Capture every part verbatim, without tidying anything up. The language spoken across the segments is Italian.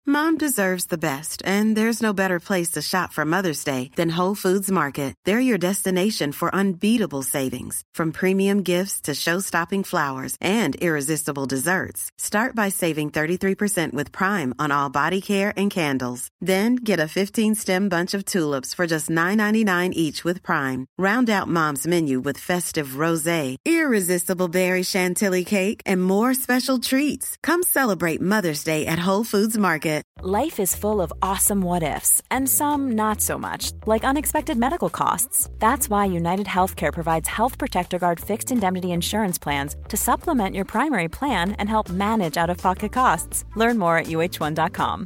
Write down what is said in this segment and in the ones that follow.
Mom deserves the best, and there's no better place to shop for Mother's Day than Whole Foods Market. They're your destination for unbeatable savings, from premium gifts to show-stopping flowers and irresistible desserts. Start by saving thirty-three percent with Prime on all body care and candles. Then get a fifteen-stem bunch of tulips for just nine ninety-nine each with Prime. Round out Mom's menu with festive rosé, irresistible berry chantilly cake, and more special treats. Come celebrate Mother's Day at Whole Foods Market. Life is full of awesome what-ifs, and some not so much, like unexpected medical costs. That's why United Healthcare provides Health Protector Guard fixed indemnity insurance plans to supplement your primary plan and help manage out-of-pocket costs. Learn more at U H one dot com.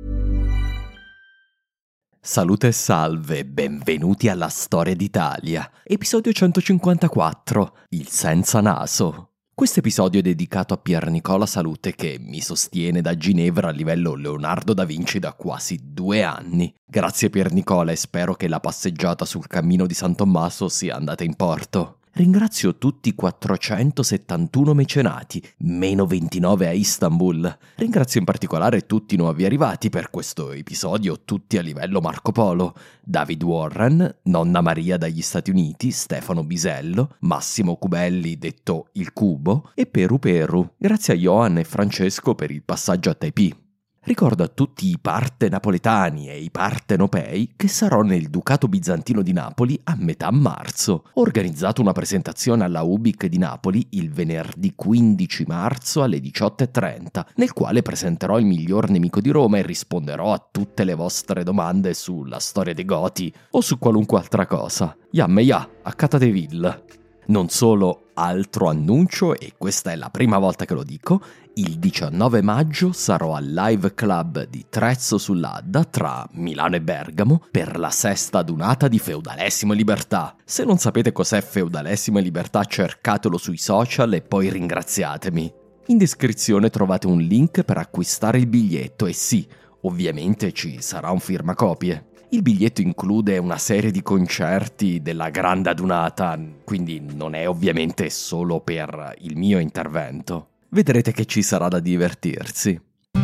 Salute e salve, benvenuti alla Storia d'Italia, episodio centocinquantaquattro, il senza naso. Questo episodio è dedicato a Pier Nicola Salute che mi sostiene da Ginevra a livello Leonardo da Vinci da quasi due anni. Grazie Pier Nicola e spero che la passeggiata sul cammino di San Tommaso sia andata in porto. Ringrazio tutti i quattrocentosettantuno mecenati, meno ventinove a Istanbul. Ringrazio in particolare tutti i nuovi arrivati per questo episodio, tutti a livello Marco Polo. David Warren, Nonna Maria dagli Stati Uniti, Stefano Bisello, Massimo Cubelli detto Il Cubo e Peru Peru. Grazie a Johan e Francesco per il passaggio a Taipei. Ricordo a tutti i parte napoletani e i partenopei che sarò nel Ducato Bizantino di Napoli a metà marzo. Ho organizzato una presentazione alla U B I C di Napoli il venerdì quindici marzo alle diciotto e trenta, nel quale presenterò il miglior nemico di Roma e risponderò a tutte le vostre domande sulla storia dei Goti o su qualunque altra cosa. Yamme ya, accatateville. Non solo, altro annuncio, e questa è la prima volta che lo dico, il diciannove maggio sarò al Live Club di Trezzo sull'Adda tra Milano e Bergamo per la sesta adunata di Feudalessimo e Libertà. Se non sapete cos'è Feudalessimo e Libertà cercatelo sui social e poi ringraziatemi. In descrizione trovate un link per acquistare il biglietto e sì, ovviamente ci sarà un firmacopie. Il biglietto include una serie di concerti della grande adunata, quindi non è ovviamente solo per il mio intervento. Vedrete che ci sarà da divertirsi.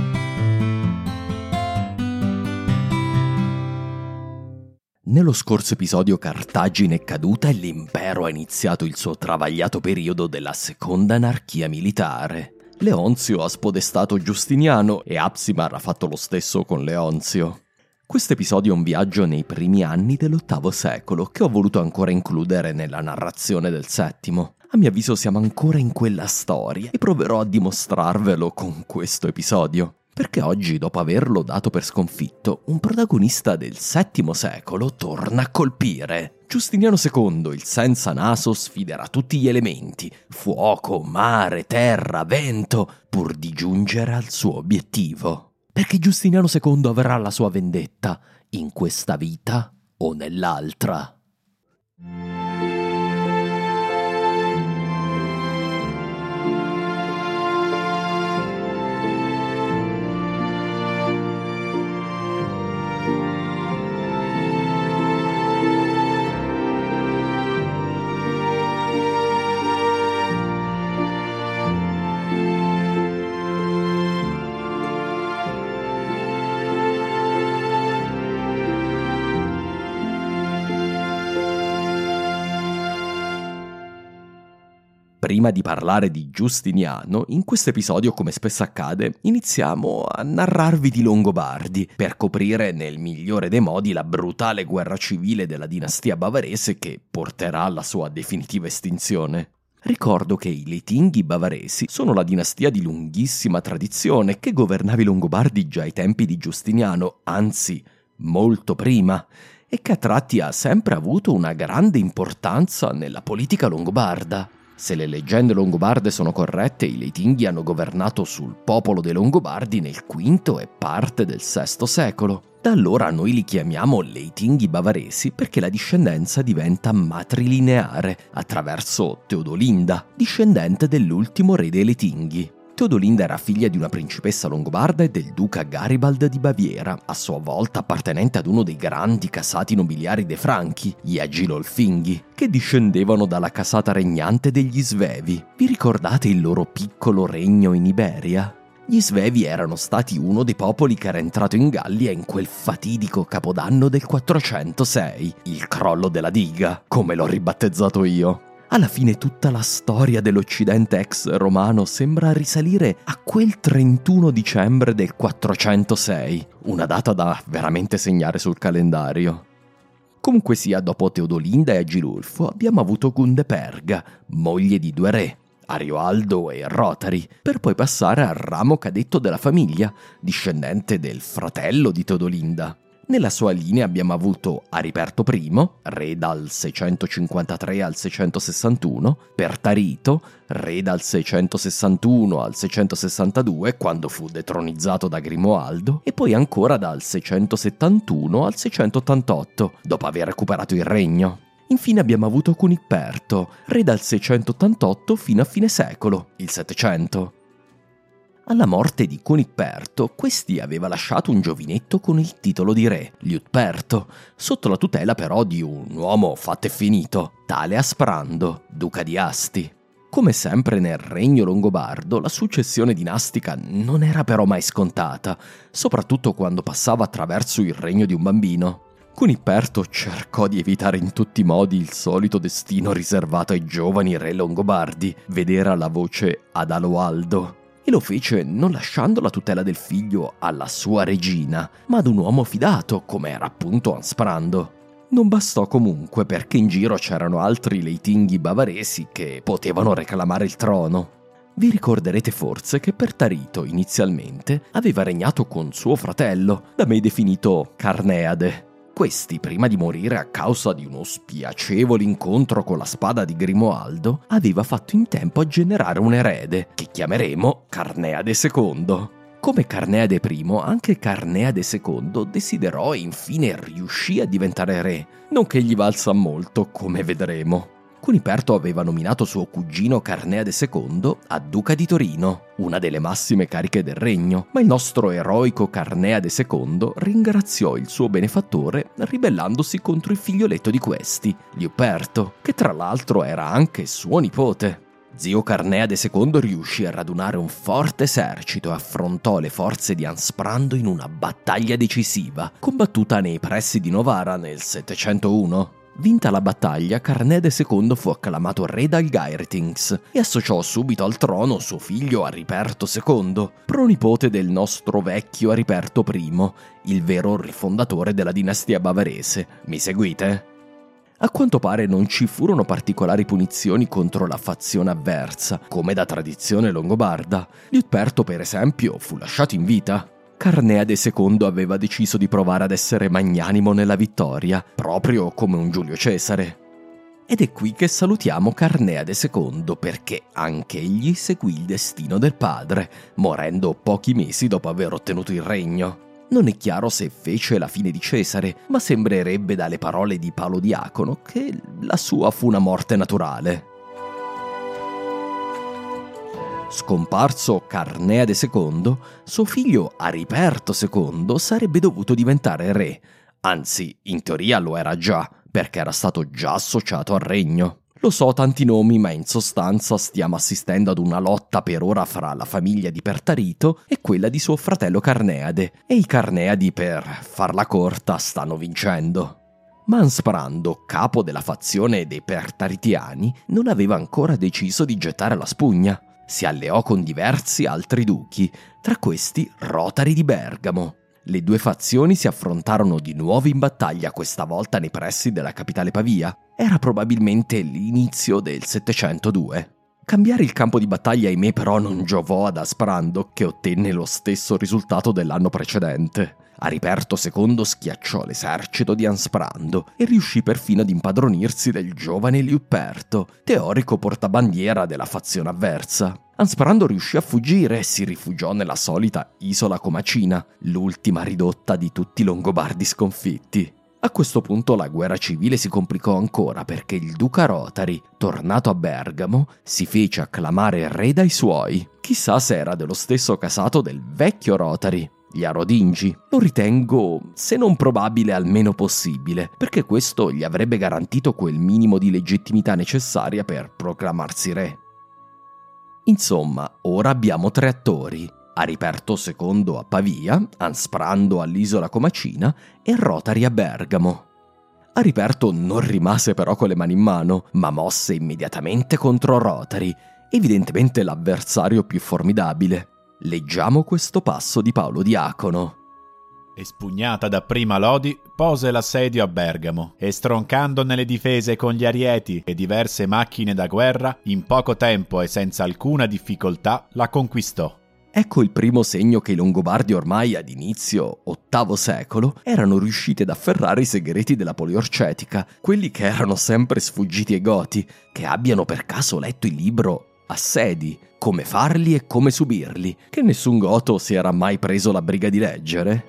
Nello scorso episodio Cartagine è caduta e l'impero ha iniziato il suo travagliato periodo della seconda anarchia militare. Leonzio ha spodestato Giustiniano e Absimar ha fatto lo stesso con Leonzio. Questo episodio è un viaggio nei primi anni dell'ottavo secolo che ho voluto ancora includere nella narrazione del settimo. A mio avviso siamo ancora in quella storia e proverò a dimostrarvelo con questo episodio. Perché oggi, dopo averlo dato per sconfitto, un protagonista del settimo secolo torna a colpire. Giustiniano secondo, il senza naso, sfiderà tutti gli elementi, fuoco, mare, terra, vento, pur di giungere al suo obiettivo. Perché Giustiniano secondo avrà la sua vendetta, in questa vita o nell'altra. Prima di parlare di Giustiniano, in questo episodio, come spesso accade, iniziamo a narrarvi di Longobardi, per coprire nel migliore dei modi la brutale guerra civile della dinastia bavarese che porterà alla sua definitiva estinzione. Ricordo che i Leitinghi bavaresi sono la dinastia di lunghissima tradizione che governava i Longobardi già ai tempi di Giustiniano, anzi, molto prima, e che a tratti ha sempre avuto una grande importanza nella politica longobarda. Se le leggende longobarde sono corrette, i Leitinghi hanno governato sul popolo dei Longobardi nel quinto e parte del sesto secolo. Da allora noi li chiamiamo Leitinghi bavaresi perché la discendenza diventa matrilineare attraverso Teodolinda, discendente dell'ultimo re dei Leitinghi. Teodolinda era figlia di una principessa longobarda e del duca Garibald di Baviera, a sua volta appartenente ad uno dei grandi casati nobiliari dei Franchi, gli Agilolfinghi, che discendevano dalla casata regnante degli Svevi. Vi ricordate il loro piccolo regno in Iberia? Gli Svevi erano stati uno dei popoli che era entrato in Gallia in quel fatidico capodanno del quattrocentosei, il crollo della diga, come l'ho ribattezzato io. Alla fine tutta la storia dell'Occidente ex romano sembra risalire a quel trentuno dicembre del quattrocentosei, una data da veramente segnare sul calendario. Comunque sia, dopo Teodolinda e Agilulfo abbiamo avuto Gundeperga, moglie di due re, Arioaldo e Rotari, per poi passare al ramo cadetto della famiglia, discendente del fratello di Teodolinda. Nella sua linea abbiamo avuto Ariperto I, re dal seicentocinquantatré al seicentosessantuno, Pertarito, re dal seicentosessantuno al seicentosessantadue, quando fu detronizzato da Grimoaldo, e poi ancora dal seicentosettantuno al seicentottantotto, dopo aver recuperato il regno. Infine abbiamo avuto Cunipperto, re dal seicentottantotto fino a fine secolo, il settecento. Alla morte di Cunipperto, questi aveva lasciato un giovinetto con il titolo di re, Liutperto, sotto la tutela però di un uomo fatto e finito, tale Asprando, duca di Asti. Come sempre nel regno longobardo, la successione dinastica non era però mai scontata, soprattutto quando passava attraverso il regno di un bambino. Cunipperto cercò di evitare in tutti i modi il solito destino riservato ai giovani re longobardi, vedere alla voce Adaloaldo, e lo fece non lasciando la tutela del figlio alla sua regina, ma ad un uomo fidato, come era appunto Ansprando. Non bastò comunque, perché in giro c'erano altri leitinghi bavaresi che potevano reclamare il trono. Vi ricorderete forse che Pertarito inizialmente aveva regnato con suo fratello, da me definito Carneade. Questi, prima di morire a causa di uno spiacevole incontro con la spada di Grimoaldo, aveva fatto in tempo a generare un erede, che chiameremo Carneade secondo. Come Carneade I, anche Carneade secondo desiderò e infine riuscì a diventare re, non che gli valsa molto, come vedremo. Cunipperto aveva nominato suo cugino Carneade secondo a duca di Torino, una delle massime cariche del regno, ma il nostro eroico Carneade secondo ringraziò il suo benefattore ribellandosi contro il figlioletto di questi, Liutperto, che tra l'altro era anche suo nipote. Zio Carneade secondo riuscì a radunare un forte esercito e affrontò le forze di Ansprando in una battaglia decisiva, combattuta nei pressi di Novara nel settecentouno. Vinta la battaglia, Carneade secondo fu acclamato re dal Gairtings e associò subito al trono suo figlio Ariperto secondo, pronipote del nostro vecchio Ariperto I, il vero rifondatore della dinastia bavarese. Mi seguite? A quanto pare non ci furono particolari punizioni contro la fazione avversa, come da tradizione longobarda. Liutperto, per esempio, fu lasciato in vita. Carneade secondo aveva deciso di provare ad essere magnanimo nella vittoria, proprio come un Giulio Cesare. Ed è qui che salutiamo Carneade secondo, perché anche egli seguì il destino del padre, morendo pochi mesi dopo aver ottenuto il regno. Non è chiaro se fece la fine di Cesare, ma sembrerebbe dalle parole di Paolo Diacono che la sua fu una morte naturale. Scomparso Carneade secondo, suo figlio Ariperto secondo sarebbe dovuto diventare re, anzi, in teoria lo era già, perché era stato già associato al regno. Lo so, tanti nomi, ma in sostanza stiamo assistendo ad una lotta per ora fra la famiglia di Pertarito e quella di suo fratello Carneade, e i Carneadi, per farla corta, stanno vincendo. Ma Ansprando, capo della fazione dei Pertaritiani, non aveva ancora deciso di gettare la spugna. Si alleò con diversi altri duchi, tra questi Rotari di Bergamo. Le due fazioni si affrontarono di nuovo in battaglia, questa volta nei pressi della capitale Pavia. Era probabilmente l'inizio del settecentodue. Cambiare il campo di battaglia, ahimè, però non giovò ad Asprando, che ottenne lo stesso risultato dell'anno precedente. Ariperto secondo schiacciò l'esercito di Ansprando e riuscì perfino ad impadronirsi del giovane Liutperto, teorico portabandiera della fazione avversa. Ansprando riuscì a fuggire e si rifugiò nella solita isola Comacina, l'ultima ridotta di tutti i longobardi sconfitti. A questo punto la guerra civile si complicò ancora, perché il duca Rotari, tornato a Bergamo, si fece acclamare re dai suoi. Chissà se era dello stesso casato del vecchio Rotari, gli Arodingi. Lo ritengo, se non probabile, almeno possibile, perché questo gli avrebbe garantito quel minimo di legittimità necessaria per proclamarsi re. Insomma, ora abbiamo tre attori: Ariperto secondo a Pavia, Ansprando all'isola Comacina e Rotari a Bergamo. Ariperto non rimase però con le mani in mano, ma mosse immediatamente contro Rotari, evidentemente l'avversario più formidabile. Leggiamo questo passo di Paolo Diacono. Espugnata dapprima Lodi, pose l'assedio a Bergamo e stroncando nelle difese con gli arieti e diverse macchine da guerra, in poco tempo e senza alcuna difficoltà la conquistò. Ecco il primo segno che i Longobardi ormai ad inizio ottavo secolo erano riusciti ad afferrare i segreti della poliorcetica, quelli che erano sempre sfuggiti ai Goti, che abbiano per caso letto il libro Assedi, come farli e come subirli, che nessun Goto si era mai preso la briga di leggere.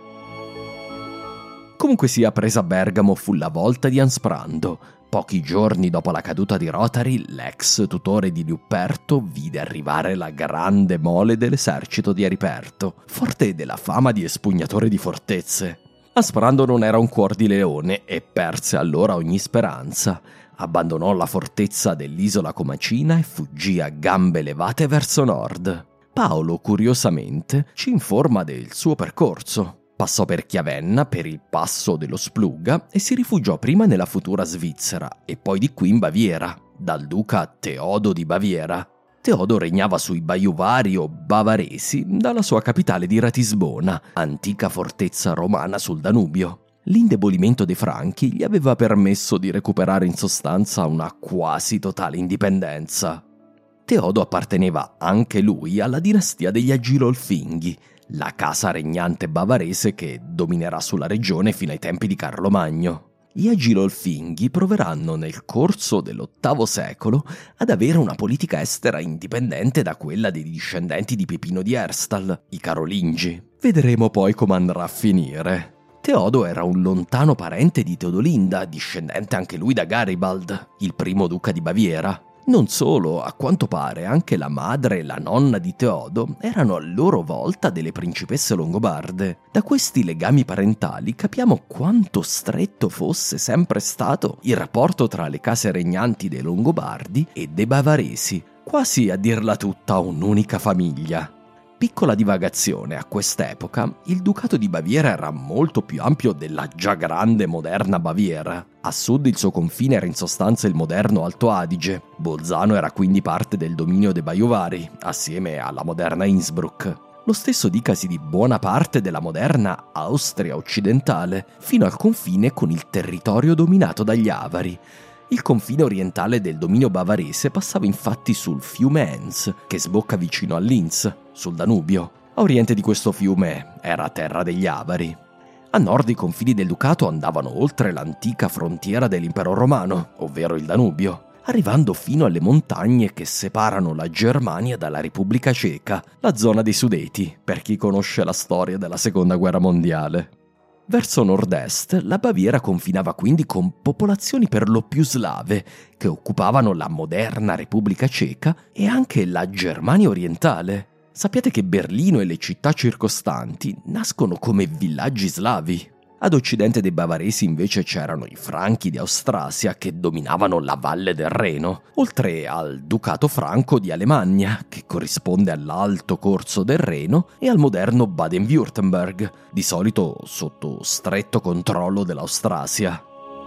Comunque sia, presa a Bergamo fu la volta di Ansprando. Pochi giorni dopo la caduta di Rotari, l'ex tutore di Liuperto vide arrivare la grande mole dell'esercito di Ariperto, forte della fama di espugnatore di fortezze. Ansprando non era un cuor di leone e perse allora ogni speranza. Abbandonò la fortezza dell'isola Comacina e fuggì a gambe levate verso nord. Paolo, curiosamente, ci informa del suo percorso. Passò per Chiavenna, per il passo dello Spluga e si rifugiò prima nella futura Svizzera e poi di qui in Baviera, dal duca Teodo di Baviera. Teodo regnava sui Baiuvari o Bavaresi dalla sua capitale di Ratisbona, antica fortezza romana sul Danubio. L'indebolimento dei Franchi gli aveva permesso di recuperare in sostanza una quasi totale indipendenza. Teodo apparteneva anche lui alla dinastia degli Agilolfinghi, la casa regnante bavarese che dominerà sulla regione fino ai tempi di Carlo Magno. Gli Agilolfinghi proveranno nel corso dell'ottavo secolo ad avere una politica estera indipendente da quella dei discendenti di Pipino di Erstal, i Carolingi. Vedremo poi come andrà a finire. Teodo era un lontano parente di Teodolinda, discendente anche lui da Garibald, il primo duca di Baviera. Non solo, a quanto pare anche la madre e la nonna di Teodo erano a loro volta delle principesse longobarde. Da questi legami parentali capiamo quanto stretto fosse sempre stato il rapporto tra le case regnanti dei Longobardi e dei Bavaresi, quasi a dirla tutta un'unica famiglia. Piccola divagazione, a quest'epoca il Ducato di Baviera era molto più ampio della già grande moderna Baviera. A sud il suo confine era in sostanza il moderno Alto Adige. Bolzano era quindi parte del dominio dei Bajuvari, assieme alla moderna Innsbruck. Lo stesso dicasi di buona parte della moderna Austria occidentale, fino al confine con il territorio dominato dagli Avari. Il confine orientale del dominio bavarese passava infatti sul fiume Enns, che sbocca vicino a Linz, sul Danubio. A oriente di questo fiume era terra degli Avari. A nord i confini del ducato andavano oltre l'antica frontiera dell'impero romano, ovvero il Danubio, arrivando fino alle montagne che separano la Germania dalla Repubblica Ceca, la zona dei Sudeti, per chi conosce la storia della Seconda Guerra Mondiale. Verso nord-est, la Baviera confinava quindi con popolazioni per lo più slave, che occupavano la moderna Repubblica Ceca e anche la Germania orientale. Sappiate che Berlino e le città circostanti nascono come villaggi slavi. Ad occidente dei bavaresi invece c'erano i Franchi di Austrasia che dominavano la valle del Reno, oltre al Ducato Franco di Alemannia, che corrisponde all'alto corso del Reno, e al moderno Baden-Württemberg, di solito sotto stretto controllo dell'Austrasia.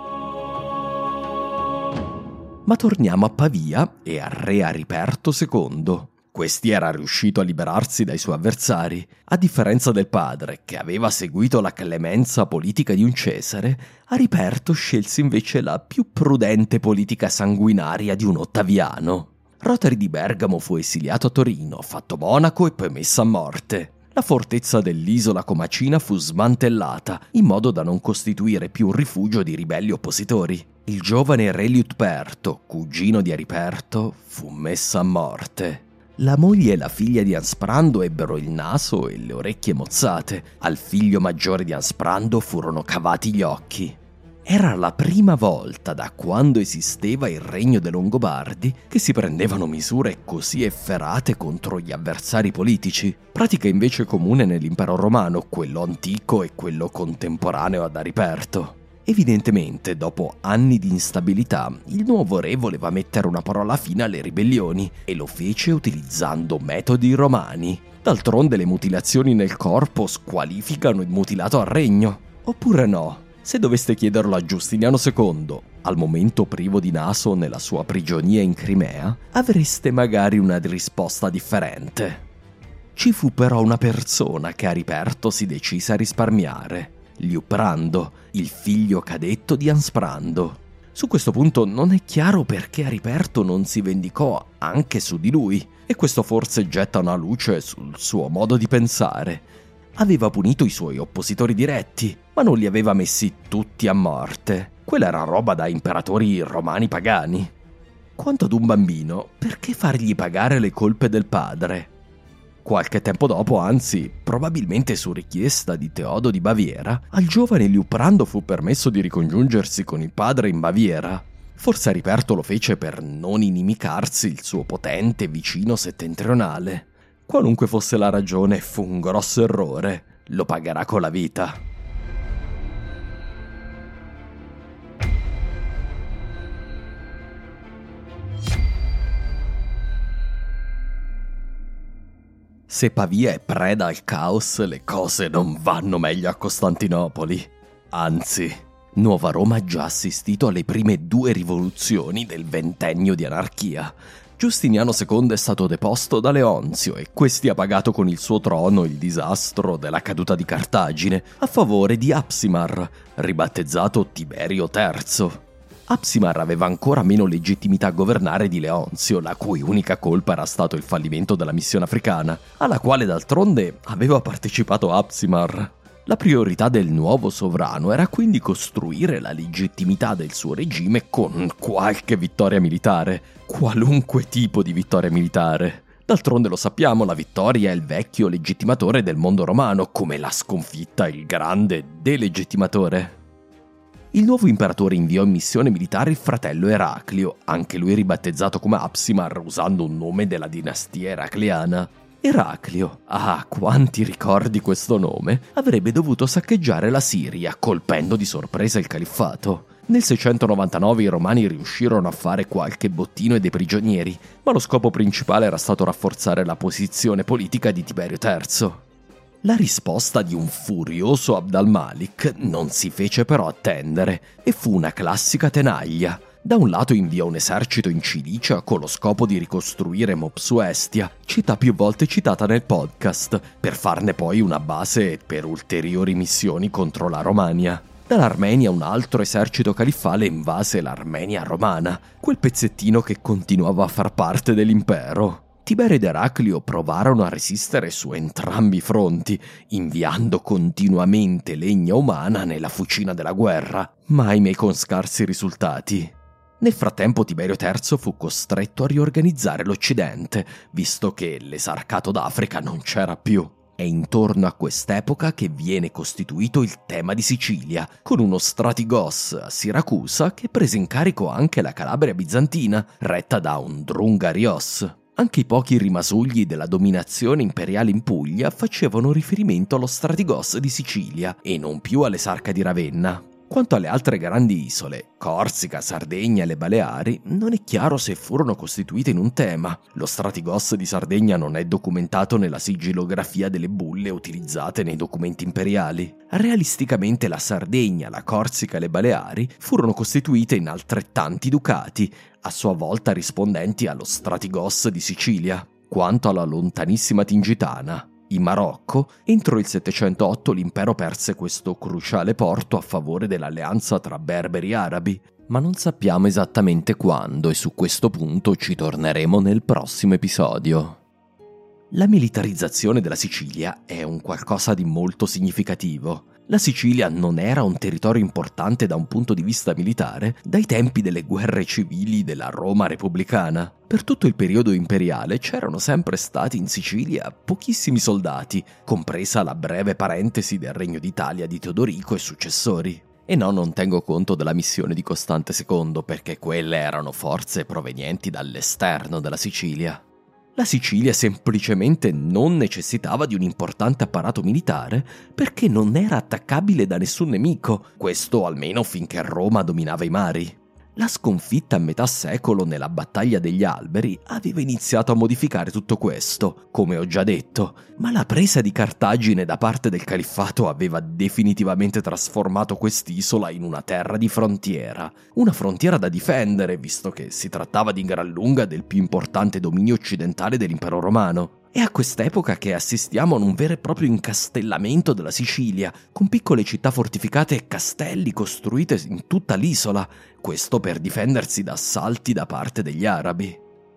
Ma torniamo a Pavia e a re Ariperto secondo. Questi era riuscito a liberarsi dai suoi avversari. A differenza del padre, che aveva seguito la clemenza politica di un Cesare, Ariperto scelse invece la più prudente politica sanguinaria di un Ottaviano. Rotari di Bergamo fu esiliato a Torino, fatto monaco e poi messo a morte. La fortezza dell'isola Comacina fu smantellata, in modo da non costituire più un rifugio di ribelli oppositori. Il giovane re Liutperto, cugino di Ariperto, fu messo a morte. La moglie e la figlia di Ansprando ebbero il naso e le orecchie mozzate. Al figlio maggiore di Ansprando furono cavati gli occhi. Era la prima volta da quando esisteva il regno dei Longobardi che si prendevano misure così efferate contro gli avversari politici, pratica invece comune nell'impero romano, quello antico e quello contemporaneo ad Ariperto. Evidentemente, dopo anni di instabilità, il nuovo re voleva mettere una parola fine alle ribellioni e lo fece utilizzando metodi romani. D'altronde le mutilazioni nel corpo squalificano il mutilato al regno. Oppure no? Se doveste chiederlo a Giustiniano secondo, al momento privo di naso nella sua prigionia in Crimea, avreste magari una risposta differente. Ci fu però una persona che Ariperto si decise a risparmiare. Liuprando, il figlio cadetto di Ansprando. Su questo punto non è chiaro perché Ariperto non si vendicò anche su di lui, e questo forse getta una luce sul suo modo di pensare. Aveva punito i suoi oppositori diretti, ma non li aveva messi tutti a morte. Quella era roba da imperatori romani pagani. Quanto ad un bambino, perché fargli pagare le colpe del padre? Qualche tempo dopo, anzi, probabilmente su richiesta di Teodo di Baviera, al giovane Liuprando fu permesso di ricongiungersi con il padre in Baviera. Forse Ariperto lo fece per non inimicarsi il suo potente vicino settentrionale. Qualunque fosse la ragione, fu un grosso errore. Lo pagherà con la vita. Se Pavia è preda al caos, le cose non vanno meglio a Costantinopoli. Anzi, Nuova Roma ha già assistito alle prime due rivoluzioni del ventennio di anarchia. Giustiniano secondo è stato deposto da Leonzio e questi ha pagato con il suo trono il disastro della caduta di Cartagine a favore di Apsimar, ribattezzato Tiberio terzo. Apsimar aveva ancora meno legittimità a governare di Leonzio, la cui unica colpa era stato il fallimento della missione africana, alla quale d'altronde aveva partecipato Apsimar. La priorità del nuovo sovrano era quindi costruire la legittimità del suo regime con qualche vittoria militare, qualunque tipo di vittoria militare. D'altronde lo sappiamo, la vittoria è il vecchio legittimatore del mondo romano, come la sconfitta il grande delegittimatore. Il nuovo imperatore inviò in missione militare il fratello Eraclio, anche lui ribattezzato come Apsimar usando un nome della dinastia eracleana. Eraclio, ah, quanti ricordi questo nome, avrebbe dovuto saccheggiare la Siria, colpendo di sorpresa il califfato. Nel seicentonovantanove i romani riuscirono a fare qualche bottino e dei prigionieri, ma lo scopo principale era stato rafforzare la posizione politica di Tiberio terzo. La risposta di un furioso Abd al-Malik non si fece però attendere e fu una classica tenaglia. Da un lato inviò un esercito in Cilicia con lo scopo di ricostruire Mopsuestia, città più volte citata nel podcast, per farne poi una base per ulteriori missioni contro la Romania. Dall'Armenia un altro esercito califfale invase l'Armenia romana, quel pezzettino che continuava a far parte dell'impero. Tiberio ed Eraclio provarono a resistere su entrambi i fronti, inviando continuamente legna umana nella fucina della guerra, ma ahimè con scarsi risultati. Nel frattempo Tiberio terzo fu costretto a riorganizzare l'Occidente, visto che l'esarcato d'Africa non c'era più. È intorno a quest'epoca che viene costituito il tema di Sicilia, con uno stratigos a Siracusa che prese in carico anche la Calabria bizantina, retta da un Drungarios. Anche i pochi rimasugli della dominazione imperiale in Puglia facevano riferimento allo stratigos di Sicilia e non più all'esarca di Ravenna. Quanto alle altre grandi isole, Corsica, Sardegna e le Baleari, non è chiaro se furono costituite in un tema. Lo stratigos di Sardegna non è documentato nella sigillografia delle bulle utilizzate nei documenti imperiali. Realisticamente la Sardegna, la Corsica e le Baleari furono costituite in altrettanti ducati, a sua volta rispondenti allo stratigos di Sicilia. Quanto alla lontanissima Tingitana, in Marocco, entro il settecentootto l'impero perse questo cruciale porto a favore dell'alleanza tra berberi e arabi, ma non sappiamo esattamente quando e su questo punto ci torneremo nel prossimo episodio. La militarizzazione della Sicilia è un qualcosa di molto significativo. La Sicilia non era un territorio importante da un punto di vista militare dai tempi delle guerre civili della Roma repubblicana. Per tutto il periodo imperiale c'erano sempre stati in Sicilia pochissimi soldati, compresa la breve parentesi del Regno d'Italia di Teodorico e successori. E no, non tengo conto della missione di Costante secondo, perché quelle erano forze provenienti dall'esterno della Sicilia. La Sicilia semplicemente non necessitava di un importante apparato militare perché non era attaccabile da nessun nemico, questo almeno finché Roma dominava i mari. La sconfitta a metà secolo nella battaglia degli Alberi aveva iniziato a modificare tutto questo, come ho già detto, ma la presa di Cartagine da parte del califfato aveva definitivamente trasformato quest'isola in una terra di frontiera, una frontiera da difendere, visto che si trattava di gran lunga del più importante dominio occidentale dell'impero romano. È a quest'epoca che assistiamo ad un vero e proprio incastellamento della Sicilia, con piccole città fortificate e castelli costruite in tutta l'isola, questo per difendersi da assalti da parte degli arabi.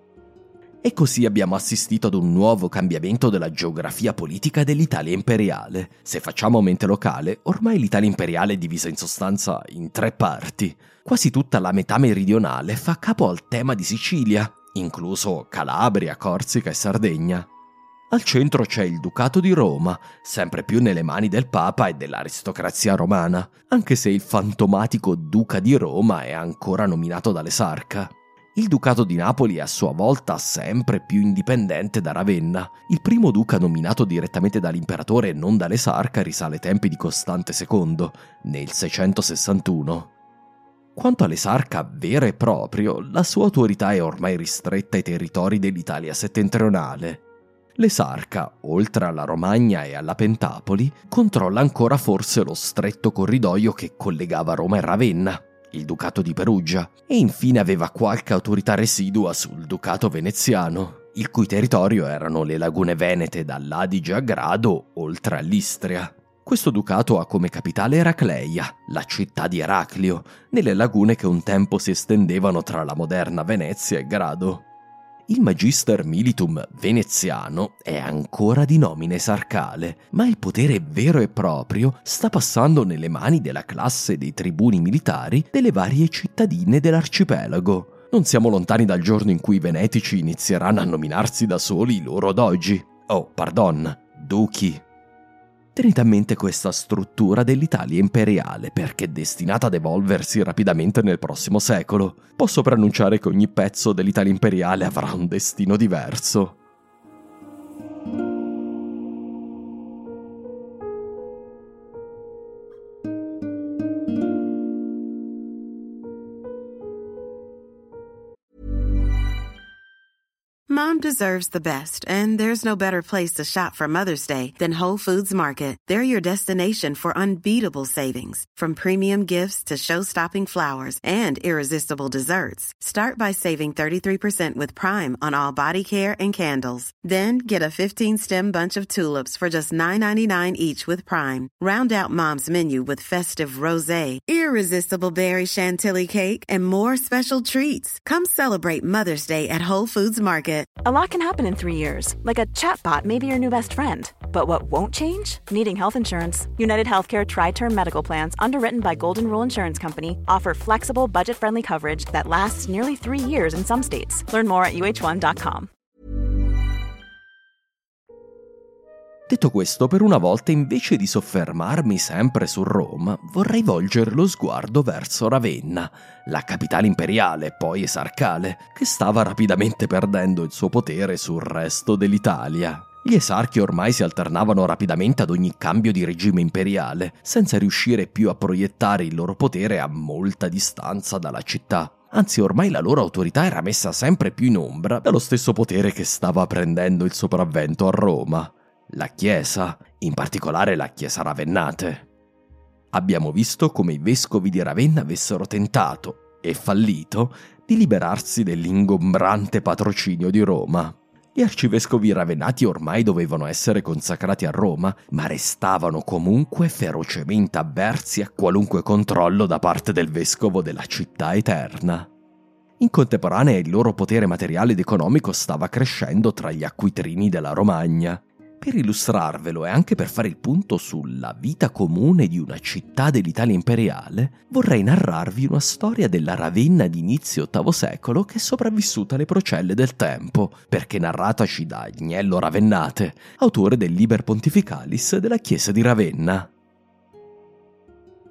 E così abbiamo assistito ad un nuovo cambiamento della geografia politica dell'Italia imperiale. Se facciamo mente locale, ormai l'Italia imperiale è divisa in sostanza in tre parti. Quasi tutta la metà meridionale fa capo al tema di Sicilia, incluso Calabria, Corsica e Sardegna. Al centro c'è il Ducato di Roma, sempre più nelle mani del Papa e dell'aristocrazia romana, anche se il fantomatico Duca di Roma è ancora nominato dall'esarca. Il Ducato di Napoli è a sua volta sempre più indipendente da Ravenna. Il primo duca nominato direttamente dall'imperatore e non dall'esarca risale ai tempi di Costante secondo, nel seicentosessantuno. Quanto all'esarca vero e proprio, la sua autorità è ormai ristretta ai territori dell'Italia settentrionale. L'esarca, oltre alla Romagna e alla Pentapoli, controlla ancora forse lo stretto corridoio che collegava Roma e Ravenna, il Ducato di Perugia, e infine aveva qualche autorità residua sul Ducato veneziano, il cui territorio erano le lagune venete dall'Adige a Grado, oltre all'Istria. Questo ducato ha come capitale Eracleia, la città di Eraclio, nelle lagune che un tempo si estendevano tra la moderna Venezia e Grado. Il Magister Militum veneziano è ancora di nomine esarcale, ma il potere vero e proprio sta passando nelle mani della classe dei tribuni militari delle varie cittadine dell'arcipelago. Non siamo lontani dal giorno in cui i venetici inizieranno a nominarsi da soli i loro dogi. Oh, pardon, duchi. Tenete a mente questa struttura dell'Italia imperiale perché è destinata ad evolversi rapidamente nel prossimo secolo. Posso preannunciare che ogni pezzo dell'Italia imperiale avrà un destino diverso. Mom deserves the best, and there's no better place to shop for Mother's Day than Whole Foods Market. They're your destination for unbeatable savings, from premium gifts to show-stopping flowers and irresistible desserts. Start by saving thirty-three percent with Prime on all body care and candles. Then get a fifteen-stem bunch of tulips for just nine ninety-nine each with Prime. Round out Mom's menu with festive rosé, irresistible berry chantilly cake, and more special treats. Come celebrate Mother's Day at Whole Foods Market. A lot can happen in three years, like a chatbot may be your new best friend. But what won't change? Needing health insurance. United Healthcare Tri-Term Medical Plans, underwritten by Golden Rule Insurance Company, offer flexible, budget-friendly coverage that lasts nearly three years in some states. Learn more at U H one dot com. Detto questo, per una volta, invece di soffermarmi sempre su Roma, vorrei volgere lo sguardo verso Ravenna, la capitale imperiale e poi esarcale, che stava rapidamente perdendo il suo potere sul resto dell'Italia. Gli esarchi ormai si alternavano rapidamente ad ogni cambio di regime imperiale, senza riuscire più a proiettare il loro potere a molta distanza dalla città. Anzi, ormai la loro autorità era messa sempre più in ombra dallo stesso potere che stava prendendo il sopravvento a Roma. La Chiesa, in particolare la Chiesa ravennate. Abbiamo visto come i vescovi di Ravenna avessero tentato, e fallito, di liberarsi dell'ingombrante patrocinio di Roma. Gli arcivescovi ravennati ormai dovevano essere consacrati a Roma, ma restavano comunque ferocemente avversi a qualunque controllo da parte del vescovo della città eterna. In contemporanea il loro potere materiale ed economico stava crescendo tra gli acquitrini della Romagna. Per illustrarvelo e anche per fare il punto sulla vita comune di una città dell'Italia imperiale, vorrei narrarvi una storia della Ravenna di inizio ottavo secolo che è sopravvissuta alle procelle del tempo, perché narrataci da Agnello Ravennate, autore del Liber Pontificalis della Chiesa di Ravenna.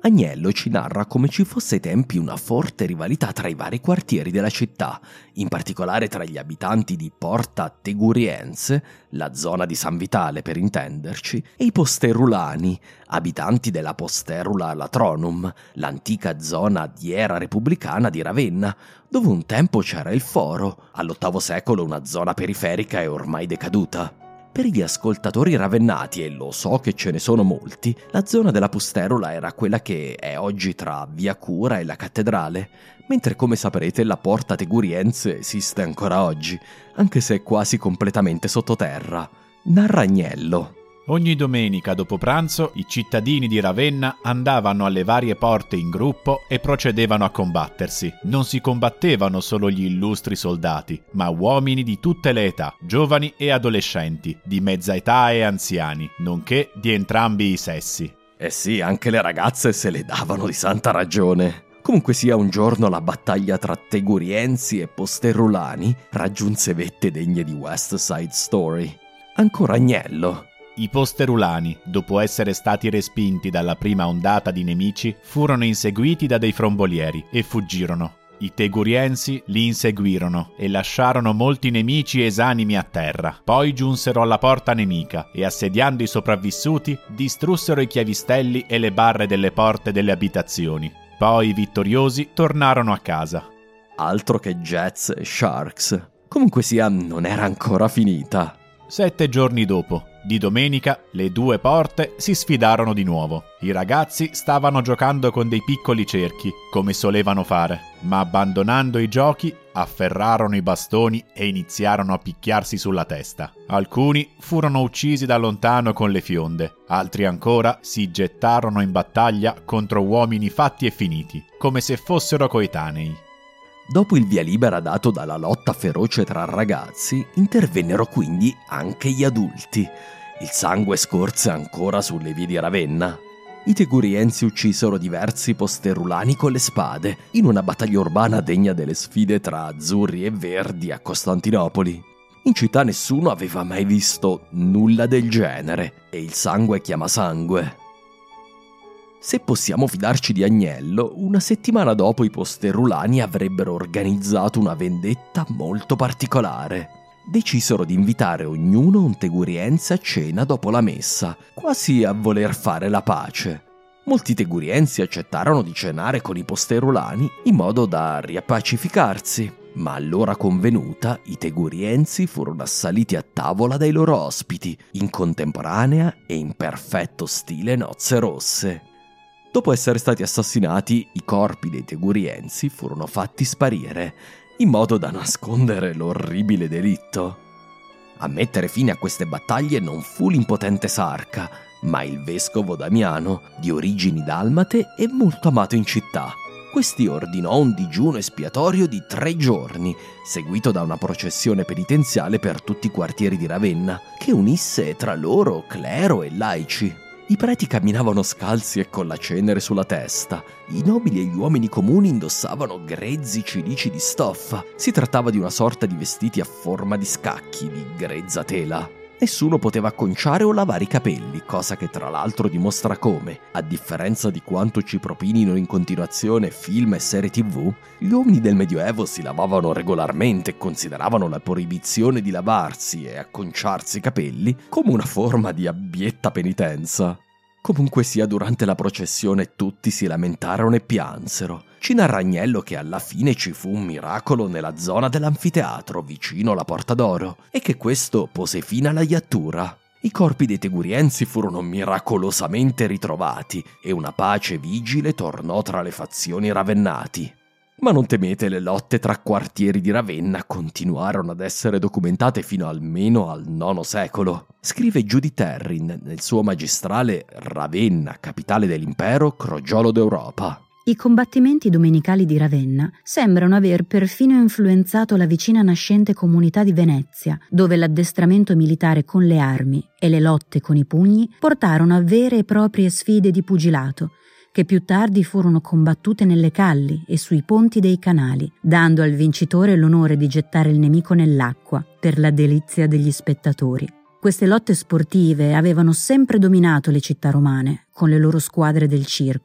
Agnello ci narra come ci fosse ai tempi una forte rivalità tra i vari quartieri della città, in particolare tra gli abitanti di Porta Teguriense, la zona di San Vitale per intenderci, e i Posterulani, abitanti della Posterula Latronum, l'antica zona diera repubblicana di Ravenna, dove un tempo c'era il foro, all'ottavo secolo una zona periferica e ormai decaduta. Per gli ascoltatori ravennati, e lo so che ce ne sono molti, la zona della Posterula era quella che è oggi tra Via Cura e la cattedrale, mentre come saprete la Porta Teguriense esiste ancora oggi, anche se è quasi completamente sottoterra. Narra Agnello. Ogni domenica dopo pranzo i cittadini di Ravenna andavano alle varie porte in gruppo e procedevano a combattersi. Non si combattevano solo gli illustri soldati, ma uomini di tutte le età, giovani e adolescenti, di mezza età e anziani, nonché di entrambi i sessi. Eh sì, anche le ragazze se le davano di santa ragione. Comunque sia, un giorno la battaglia tra Teguriensi e Posterulani raggiunse vette degne di West Side Story. Ancora Agnello. I Posterulani, dopo essere stati respinti dalla prima ondata di nemici, furono inseguiti da dei frombolieri e fuggirono. I Teguriensi li inseguirono e lasciarono molti nemici esanimi a terra. Poi giunsero alla porta nemica e, assediando i sopravvissuti, distrussero i chiavistelli e le barre delle porte delle abitazioni. Poi, vittoriosi, tornarono a casa. Altro che Jets e Sharks. Comunque sia, non era ancora finita. Sette giorni dopo, di domenica, le due porte si sfidarono di nuovo. I ragazzi stavano giocando con dei piccoli cerchi, come solevano fare, ma abbandonando i giochi, afferrarono i bastoni e iniziarono a picchiarsi sulla testa. Alcuni furono uccisi da lontano con le fionde, altri ancora si gettarono in battaglia contro uomini fatti e finiti, come se fossero coetanei. Dopo il via libera dato dalla lotta feroce tra ragazzi, intervennero quindi anche gli adulti. Il sangue scorse ancora sulle vie di Ravenna. I Teguriensi uccisero diversi Posterulani con le spade, in una battaglia urbana degna delle sfide tra azzurri e verdi a Costantinopoli. In città nessuno aveva mai visto nulla del genere, e il sangue chiama sangue. Se possiamo fidarci di Agnello, una settimana dopo i Posterulani avrebbero organizzato una vendetta molto particolare. Decisero di invitare ognuno un Teguriense a cena dopo la messa, quasi a voler fare la pace. Molti Teguriensi accettarono di cenare con i Posterulani in modo da riappacificarsi, ma all'ora convenuta i Teguriensi furono assaliti a tavola dai loro ospiti, in contemporanea e in perfetto stile Nozze Rosse. Dopo essere stati assassinati, i corpi dei Teguriensi furono fatti sparire, in modo da nascondere l'orribile delitto. A mettere fine a queste battaglie non fu l'impotente Sarca, ma il vescovo Damiano, di origini dalmate e molto amato in città. Questi ordinò un digiuno espiatorio di tre giorni, seguito da una processione penitenziale per tutti i quartieri di Ravenna, che unisse tra loro clero e laici. I preti camminavano scalzi e con la cenere sulla testa. I nobili e gli uomini comuni indossavano grezzi cilici di stoffa. Si trattava di una sorta di vestiti a forma di scacchi di grezza tela. Nessuno poteva acconciare o lavare i capelli, cosa che tra l'altro dimostra come, a differenza di quanto ci propinino in continuazione film e serie tivù, gli uomini del Medioevo si lavavano regolarmente e consideravano la proibizione di lavarsi e acconciarsi i capelli come una forma di abbietta penitenza. Comunque sia, durante la processione tutti si lamentarono e piansero. Ci narra Agnello che alla fine ci fu un miracolo nella zona dell'anfiteatro, vicino alla Porta d'Oro, e che questo pose fine alla iattura. I corpi dei Teguriensi furono miracolosamente ritrovati e una pace vigile tornò tra le fazioni ravennati. Ma non temete, le lotte tra quartieri di Ravenna continuarono ad essere documentate fino almeno al nono secolo. Scrive Judy Terrin nel suo magistrale Ravenna, capitale dell'impero, crogiolo d'Europa. I combattimenti domenicali di Ravenna sembrano aver perfino influenzato la vicina nascente comunità di Venezia, dove l'addestramento militare con le armi e le lotte con i pugni portarono a vere e proprie sfide di pugilato, che più tardi furono combattute nelle calli e sui ponti dei canali, dando al vincitore l'onore di gettare il nemico nell'acqua per la delizia degli spettatori. Queste lotte sportive avevano sempre dominato le città romane, con le loro squadre del circo.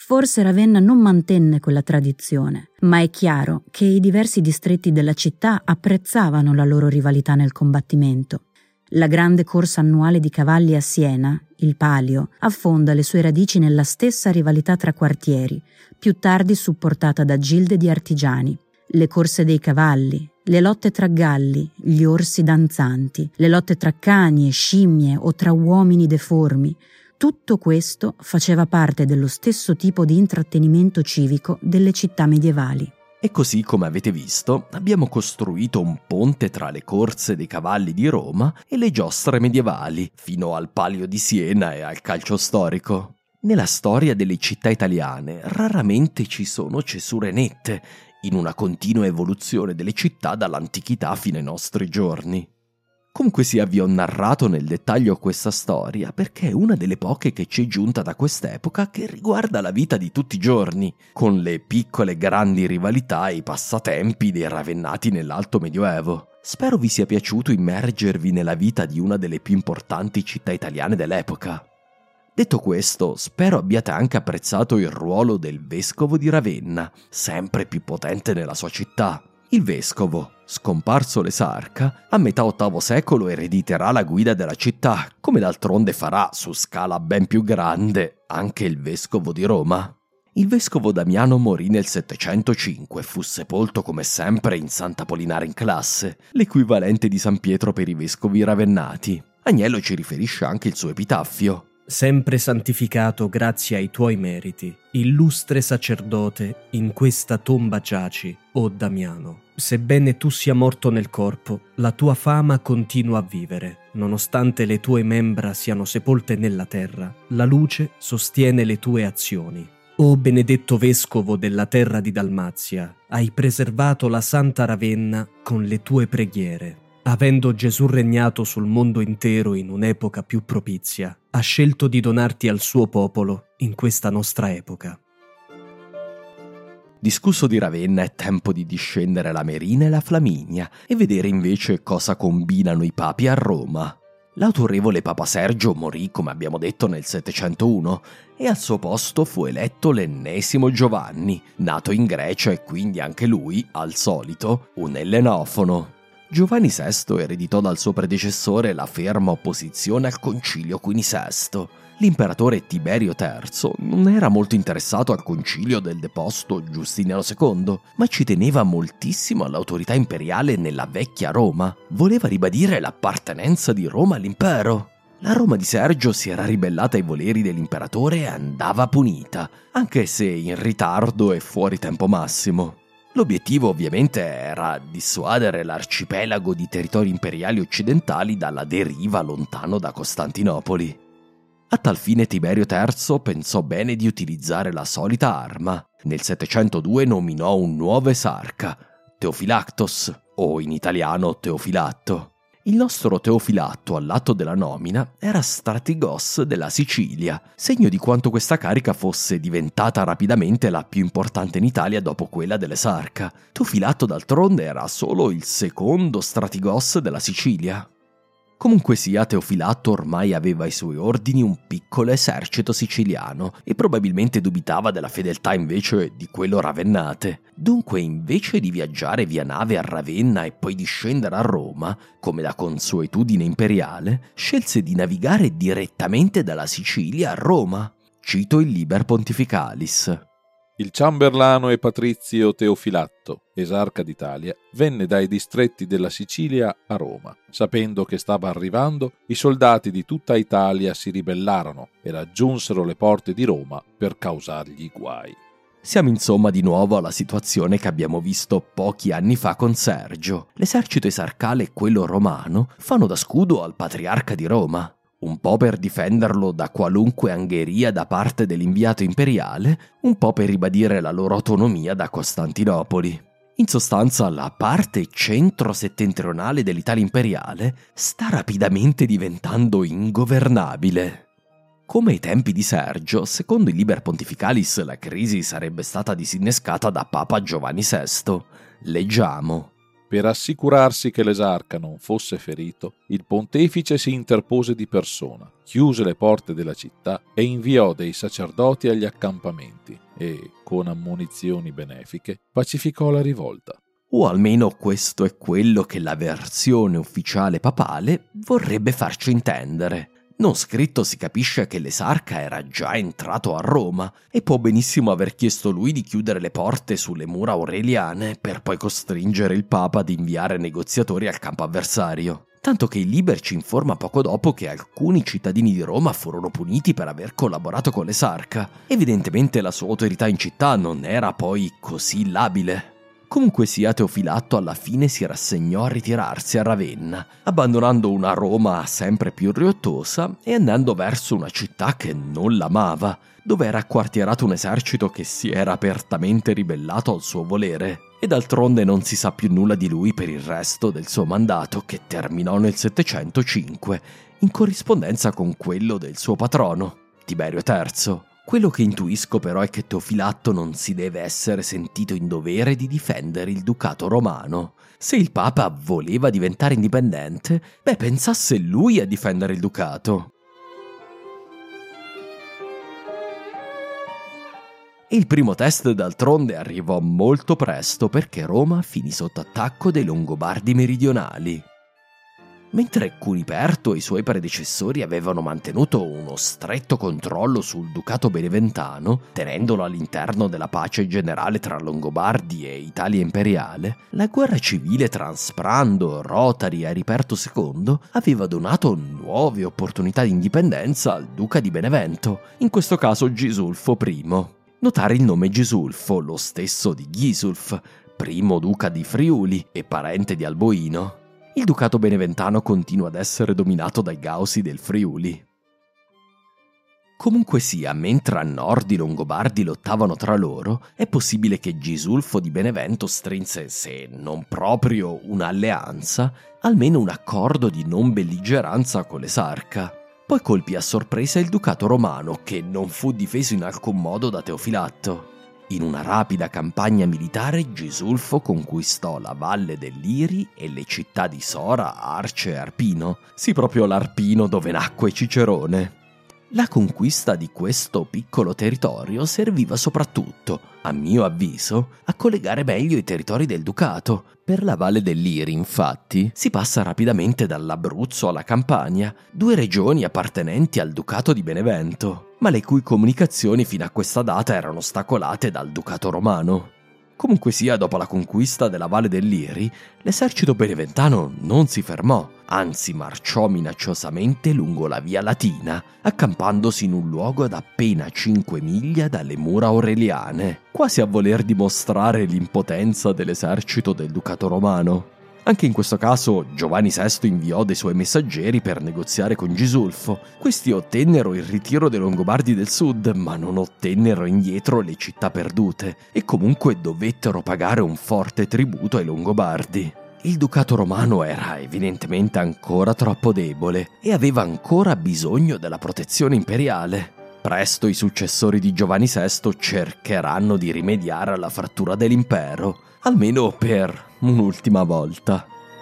Forse Ravenna non mantenne quella tradizione, ma è chiaro che i diversi distretti della città apprezzavano la loro rivalità nel combattimento. La grande corsa annuale di cavalli a Siena, il Palio, affonda le sue radici nella stessa rivalità tra quartieri, più tardi supportata da gilde di artigiani. Le corse dei cavalli, le lotte tra galli, gli orsi danzanti, le lotte tra cani e scimmie o tra uomini deformi, tutto questo faceva parte dello stesso tipo di intrattenimento civico delle città medievali. E così, come avete visto, abbiamo costruito un ponte tra le corse dei cavalli di Roma e le giostre medievali, fino al Palio di Siena e al calcio storico. Nella storia delle città italiane raramente ci sono cesure nette, in una continua evoluzione delle città dall'antichità fino ai nostri giorni. Comunque sia, vi ho narrato nel dettaglio questa storia perché è una delle poche che ci è giunta da quest'epoca che riguarda la vita di tutti i giorni, con le piccole e grandi rivalità e i passatempi dei ravennati nell'Alto Medioevo. Spero vi sia piaciuto immergervi nella vita di una delle più importanti città italiane dell'epoca. Detto questo, spero abbiate anche apprezzato il ruolo del vescovo di Ravenna, sempre più potente nella sua città. Il vescovo, scomparso l'esarca, a metà ottavo secolo erediterà la guida della città, come d'altronde farà, su scala ben più grande, anche il vescovo di Roma. Il vescovo Damiano morì nel settecentocinque e fu sepolto come sempre in Sant'Apollinare in Classe, l'equivalente di San Pietro per i vescovi ravennati. Agnello ci riferisce anche il suo epitaffio. Sempre santificato grazie ai tuoi meriti, illustre sacerdote, in questa tomba giaci, o Damiano. Sebbene tu sia morto nel corpo, la tua fama continua a vivere. Nonostante le tue membra siano sepolte nella terra, la luce sostiene le tue azioni. O benedetto vescovo della terra di Dalmazia, hai preservato la Santa Ravenna con le tue preghiere. Avendo Gesù regnato sul mondo intero in un'epoca più propizia, ha scelto di donarti al suo popolo in questa nostra epoca. Discusso di Ravenna, è tempo di discendere la Merina e la Flaminia e vedere invece cosa combinano i papi a Roma. L'autorevole Papa Sergio morì, come abbiamo detto, nel settecentouno e al suo posto fu eletto l'ennesimo Giovanni, nato in Grecia e quindi anche lui, al solito, un ellenofono. Giovanni sesto ereditò dal suo predecessore la ferma opposizione al concilio quinisesto. L'imperatore Tiberio terzo non era molto interessato al concilio del deposto Giustiniano secondo, ma ci teneva moltissimo all'autorità imperiale nella vecchia Roma. Voleva ribadire l'appartenenza di Roma all'impero. La Roma di Sergio si era ribellata ai voleri dell'imperatore e andava punita, anche se in ritardo e fuori tempo massimo. L'obiettivo ovviamente era dissuadere l'arcipelago di territori imperiali occidentali dalla deriva lontano da Costantinopoli. A tal fine Tiberio terzo pensò bene di utilizzare la solita arma. Nel settecentodue nominò un nuovo esarca, Teofilactos, o in italiano Teofilatto. Il nostro Teofilatto, all'atto della nomina, era Stratigos della Sicilia, segno di quanto questa carica fosse diventata rapidamente la più importante in Italia dopo quella dell'esarca. Teofilatto d'altronde era solo il secondo Stratigos della Sicilia. Comunque sia, Teofilatto ormai aveva ai suoi ordini un piccolo esercito siciliano e probabilmente dubitava della fedeltà invece di quello ravennate. Dunque, invece di viaggiare via nave a Ravenna e poi di scendere a Roma, come da consuetudine imperiale, scelse di navigare direttamente dalla Sicilia a Roma. Cito il Liber Pontificalis. Il ciamberlano e patrizio Teofilatto, esarca d'Italia, venne dai distretti della Sicilia a Roma. Sapendo che stava arrivando, i soldati di tutta Italia si ribellarono e raggiunsero le porte di Roma per causargli guai. Siamo insomma di nuovo alla situazione che abbiamo visto pochi anni fa con Sergio. L'esercito esarcale e quello romano fanno da scudo al patriarca di Roma. Un po' per difenderlo da qualunque angheria da parte dell'inviato imperiale, un po' per ribadire la loro autonomia da Costantinopoli. In sostanza, la parte centro-settentrionale dell'Italia imperiale sta rapidamente diventando ingovernabile. Come ai tempi di Sergio, secondo il Liber Pontificalis la crisi sarebbe stata disinnescata da Papa Giovanni sesto. Leggiamo. Per assicurarsi che l'esarca non fosse ferito, il pontefice si interpose di persona, chiuse le porte della città e inviò dei sacerdoti agli accampamenti e, con ammonizioni benefiche, pacificò la rivolta. O almeno questo è quello che la versione ufficiale papale vorrebbe farci intendere. Non scritto si capisce che l'esarca era già entrato a Roma e può benissimo aver chiesto lui di chiudere le porte sulle mura aureliane per poi costringere il Papa ad inviare negoziatori al campo avversario. Tanto che il Liber ci informa poco dopo che alcuni cittadini di Roma furono puniti per aver collaborato con l'esarca. Evidentemente la sua autorità in città non era poi così labile. Comunque sia, Teofilatto alla fine si rassegnò a ritirarsi a Ravenna, abbandonando una Roma sempre più riottosa e andando verso una città che non l'amava, dove era acquartierato un esercito che si era apertamente ribellato al suo volere. E d'altronde non si sa più nulla di lui per il resto del suo mandato, che terminò nel settecentocinque, in corrispondenza con quello del suo patrono, Tiberio terzo. Quello che intuisco però è che Teofilatto non si deve essere sentito in dovere di difendere il ducato romano. Se il Papa voleva diventare indipendente, beh, pensasse lui a difendere il ducato. Il primo test d'altronde arrivò molto presto perché Roma finì sotto attacco dei Longobardi meridionali. Mentre Cuniperto e i suoi predecessori avevano mantenuto uno stretto controllo sul Ducato Beneventano, tenendolo all'interno della pace generale tra Longobardi e Italia imperiale, la guerra civile tra Ansprando, Rotari e Ariperto secondo aveva donato nuove opportunità di indipendenza al Duca di Benevento, in questo caso Gisulfo primo. Notare il nome Gisulfo, lo stesso di Gisulf, primo duca di Friuli e parente di Alboino. Il ducato beneventano continua ad essere dominato dai Gausi del Friuli. Comunque sia, mentre a nord i Longobardi lottavano tra loro, è possibile che Gisulfo di Benevento strinse, se non proprio un'alleanza, almeno un accordo di non belligeranza con l'esarca. Poi colpì a sorpresa il ducato romano, che non fu difeso in alcun modo da Teofilatto. In una rapida campagna militare Gisulfo conquistò la valle dell'Iri e le città di Sora, Arce e Arpino, sì proprio l'Arpino dove nacque Cicerone. La conquista di questo piccolo territorio serviva soprattutto, a mio avviso, a collegare meglio i territori del ducato. Per la valle dell'Iri, infatti, si passa rapidamente dall'Abruzzo alla Campania, due regioni appartenenti al ducato di Benevento, ma le cui comunicazioni fino a questa data erano ostacolate dal ducato romano. Comunque sia, dopo la conquista della Valle dell'Iri, l'esercito beneventano non si fermò, anzi marciò minacciosamente lungo la via Latina, accampandosi in un luogo ad appena cinque miglia dalle mura aureliane, quasi a voler dimostrare l'impotenza dell'esercito del ducato romano. Anche in questo caso Giovanni sesto inviò dei suoi messaggeri per negoziare con Gisulfo. Questi ottennero il ritiro dei Longobardi del sud, ma non ottennero indietro le città perdute e comunque dovettero pagare un forte tributo ai Longobardi. Il ducato romano era evidentemente ancora troppo debole e aveva ancora bisogno della protezione imperiale. Presto i successori di Giovanni sesto cercheranno di rimediare alla frattura dell'impero, almeno per un'ultima volta.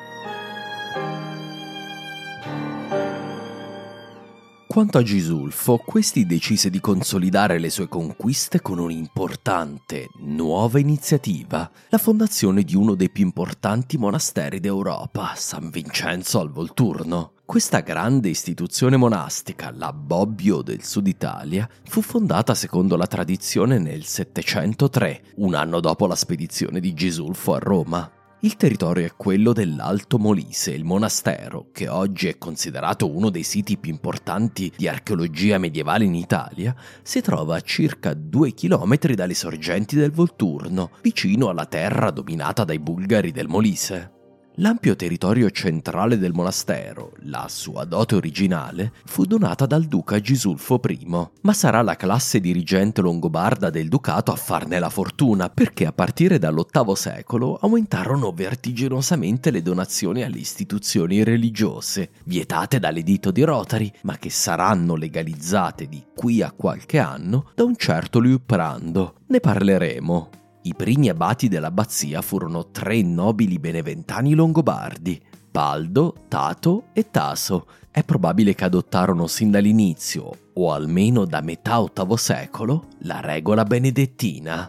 Quanto a Gisulfo, questi decise di consolidare le sue conquiste con un'importante nuova iniziativa, la fondazione di uno dei più importanti monasteri d'Europa, San Vincenzo al Volturno. Questa grande istituzione monastica, la Bobbio del Sud Italia, fu fondata secondo la tradizione nel settecentotre, un anno dopo la spedizione di Gisulfo a Roma. Il territorio è quello dell'Alto Molise, il monastero, che oggi è considerato uno dei siti più importanti di archeologia medievale in Italia, si trova a circa due chilometri dalle sorgenti del Volturno, vicino alla terra dominata dai bulgari del Molise. L'ampio territorio centrale del monastero, la sua dote originale, fu donata dal duca Gisulfo primo, ma sarà la classe dirigente longobarda del ducato a farne la fortuna, perché a partire dall'ottavo secolo aumentarono vertiginosamente le donazioni alle istituzioni religiose, vietate dall'editto di Rotari, ma che saranno legalizzate di qui a qualche anno da un certo Liutprando. Ne parleremo. I primi abati dell'abbazia furono tre nobili beneventani longobardi, Baldo, Tato e Taso. È probabile che adottarono sin dall'inizio, o almeno da metà ottavo secolo, la regola benedettina.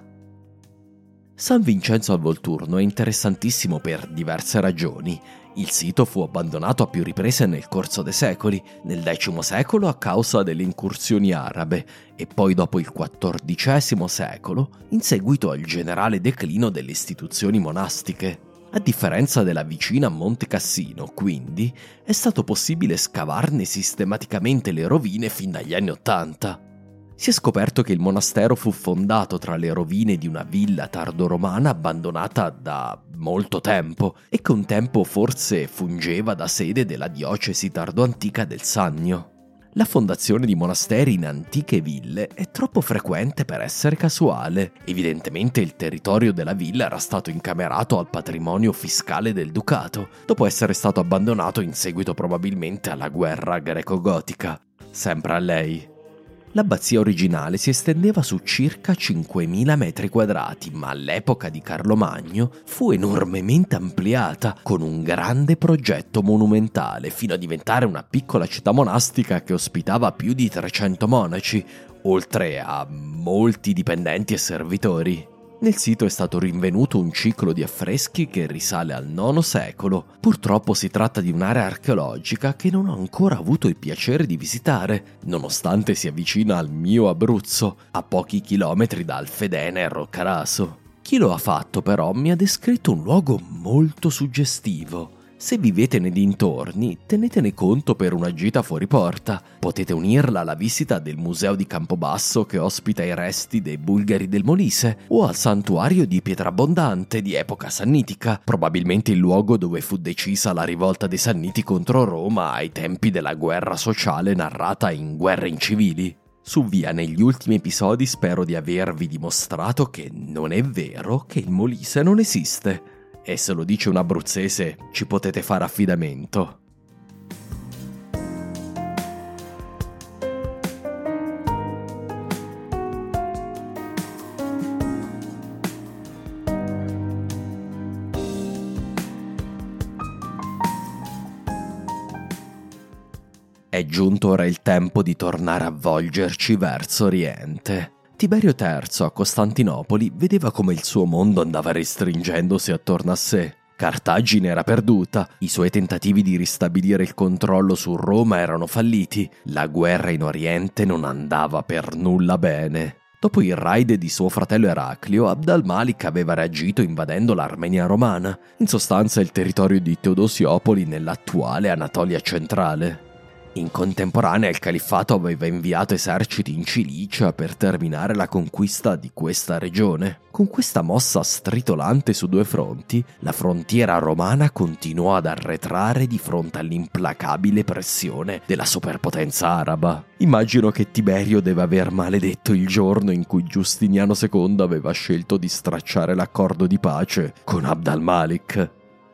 San Vincenzo al Volturno è interessantissimo per diverse ragioni. Il sito fu abbandonato a più riprese nel corso dei secoli, nel X secolo a causa delle incursioni arabe e poi dopo il quattordicesimo secolo in seguito al generale declino delle istituzioni monastiche. A differenza della vicina Monte Cassino, quindi, è stato possibile scavarne sistematicamente le rovine fin dagli anni Ottanta. Si è scoperto che il monastero fu fondato tra le rovine di una villa tardoromana abbandonata da molto tempo e che un tempo forse fungeva da sede della diocesi tardoantica del Sannio. La fondazione di monasteri in antiche ville è troppo frequente per essere casuale. Evidentemente il territorio della villa era stato incamerato al patrimonio fiscale del ducato, dopo essere stato abbandonato in seguito probabilmente alla guerra greco-gotica. Sempre a lei. L'abbazia originale si estendeva su circa cinquemila metri quadrati, ma all'epoca di Carlo Magno fu enormemente ampliata con un grande progetto monumentale fino a diventare una piccola città monastica che ospitava più di trecento monaci, oltre a molti dipendenti e servitori. Nel sito è stato rinvenuto un ciclo di affreschi che risale al nono secolo. Purtroppo si tratta di un'area archeologica che non ho ancora avuto il piacere di visitare, nonostante sia vicina al mio Abruzzo, a pochi chilometri da Alfedene e Roccaraso. Chi lo ha fatto però mi ha descritto un luogo molto suggestivo. Se vivete nei dintorni, tenetene conto per una gita fuori porta. Potete unirla alla visita del museo di Campobasso che ospita i resti dei Bulgari del Molise o al santuario di Pietrabondante di epoca sannitica, probabilmente il luogo dove fu decisa la rivolta dei Sanniti contro Roma ai tempi della guerra sociale narrata in Guerre incivili. Su via, negli ultimi episodi spero di avervi dimostrato che non è vero che il Molise non esiste. E se lo dice un abruzzese, ci potete fare affidamento. È giunto ora il tempo di tornare a volgerci verso Oriente. Tiberio terzo a Costantinopoli vedeva come il suo mondo andava restringendosi attorno a sé. Cartagine era perduta, i suoi tentativi di ristabilire il controllo su Roma erano falliti, la guerra in Oriente non andava per nulla bene. Dopo il raid di suo fratello Eraclio, Abd al-Malik aveva reagito invadendo l'Armenia romana, in sostanza il territorio di Teodosiopoli nell'attuale Anatolia centrale. In contemporanea il califfato aveva inviato eserciti in Cilicia per terminare la conquista di questa regione. Con questa mossa stritolante su due fronti, la frontiera romana continuò ad arretrare di fronte all'implacabile pressione della superpotenza araba. Immagino che Tiberio deve aver maledetto il giorno in cui Giustiniano secondo aveva scelto di stracciare l'accordo di pace con Abd al-Malik.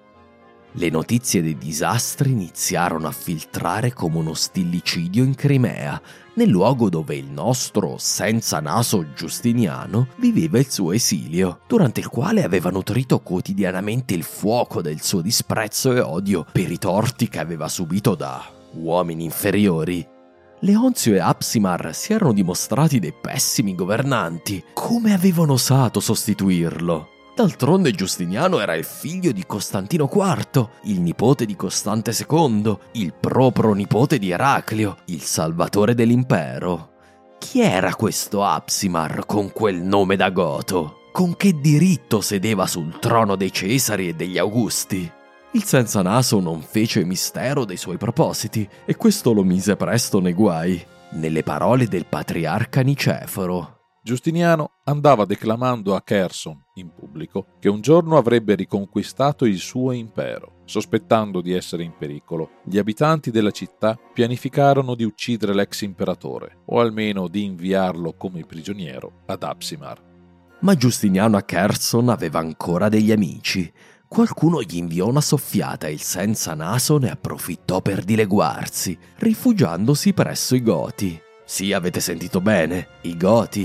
Le notizie dei disastri iniziarono a filtrare come uno stillicidio in Crimea, nel luogo dove il nostro senza naso Giustiniano viveva il suo esilio, durante il quale aveva nutrito quotidianamente il fuoco del suo disprezzo e odio per i torti che aveva subito da uomini inferiori. Leonzio e Apsimar si erano dimostrati dei pessimi governanti. Come avevano osato sostituirlo? D'altronde Giustiniano era il figlio di Costantino quarto, il nipote di Costante secondo, il proponipote di Eraclio, il salvatore dell'impero. Chi era questo Apsimar con quel nome da goto? Con che diritto sedeva sul trono dei Cesari e degli Augusti? Il senza naso non fece mistero dei suoi propositi e questo lo mise presto nei guai. Nelle parole del patriarca Niceforo: Giustiniano andava declamando a Cherson, in pubblico, che un giorno avrebbe riconquistato il suo impero. Sospettando di essere in pericolo, gli abitanti della città pianificarono di uccidere l'ex imperatore, o almeno di inviarlo come prigioniero ad Apsimar. Ma Giustiniano a Cherson aveva ancora degli amici. Qualcuno gli inviò una soffiata e il senza naso ne approfittò per dileguarsi, rifugiandosi presso i Goti. Sì, avete sentito bene, i Goti.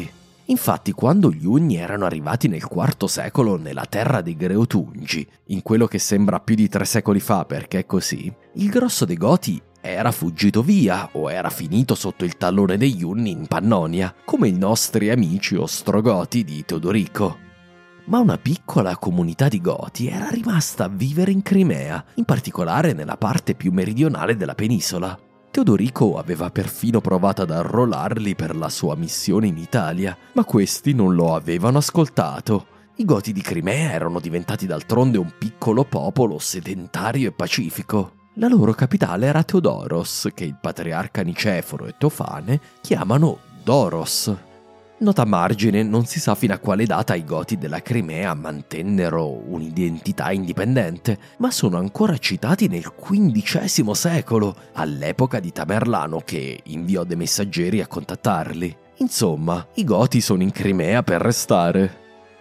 Infatti, quando gli Unni erano arrivati nel quarto secolo nella terra dei Greotungi, in quello che sembra più di tre secoli fa perché è così, il grosso dei Goti era fuggito via o era finito sotto il tallone degli Unni in Pannonia, come i nostri amici ostrogoti di Teodorico. Ma una piccola comunità di Goti era rimasta a vivere in Crimea, in particolare nella parte più meridionale della penisola. Teodorico aveva perfino provato ad arruolarli per la sua missione in Italia, ma questi non lo avevano ascoltato. I Goti di Crimea erano diventati d'altronde un piccolo popolo sedentario e pacifico. La loro capitale era Teodoros, che il patriarca Niceforo e Teofane chiamano Doros. Nota a margine, non si sa fino a quale data i Goti della Crimea mantennero un'identità indipendente, ma sono ancora citati nel quindicesimo secolo, all'epoca di Tamerlano che inviò dei messaggeri a contattarli. Insomma, i Goti sono in Crimea per restare.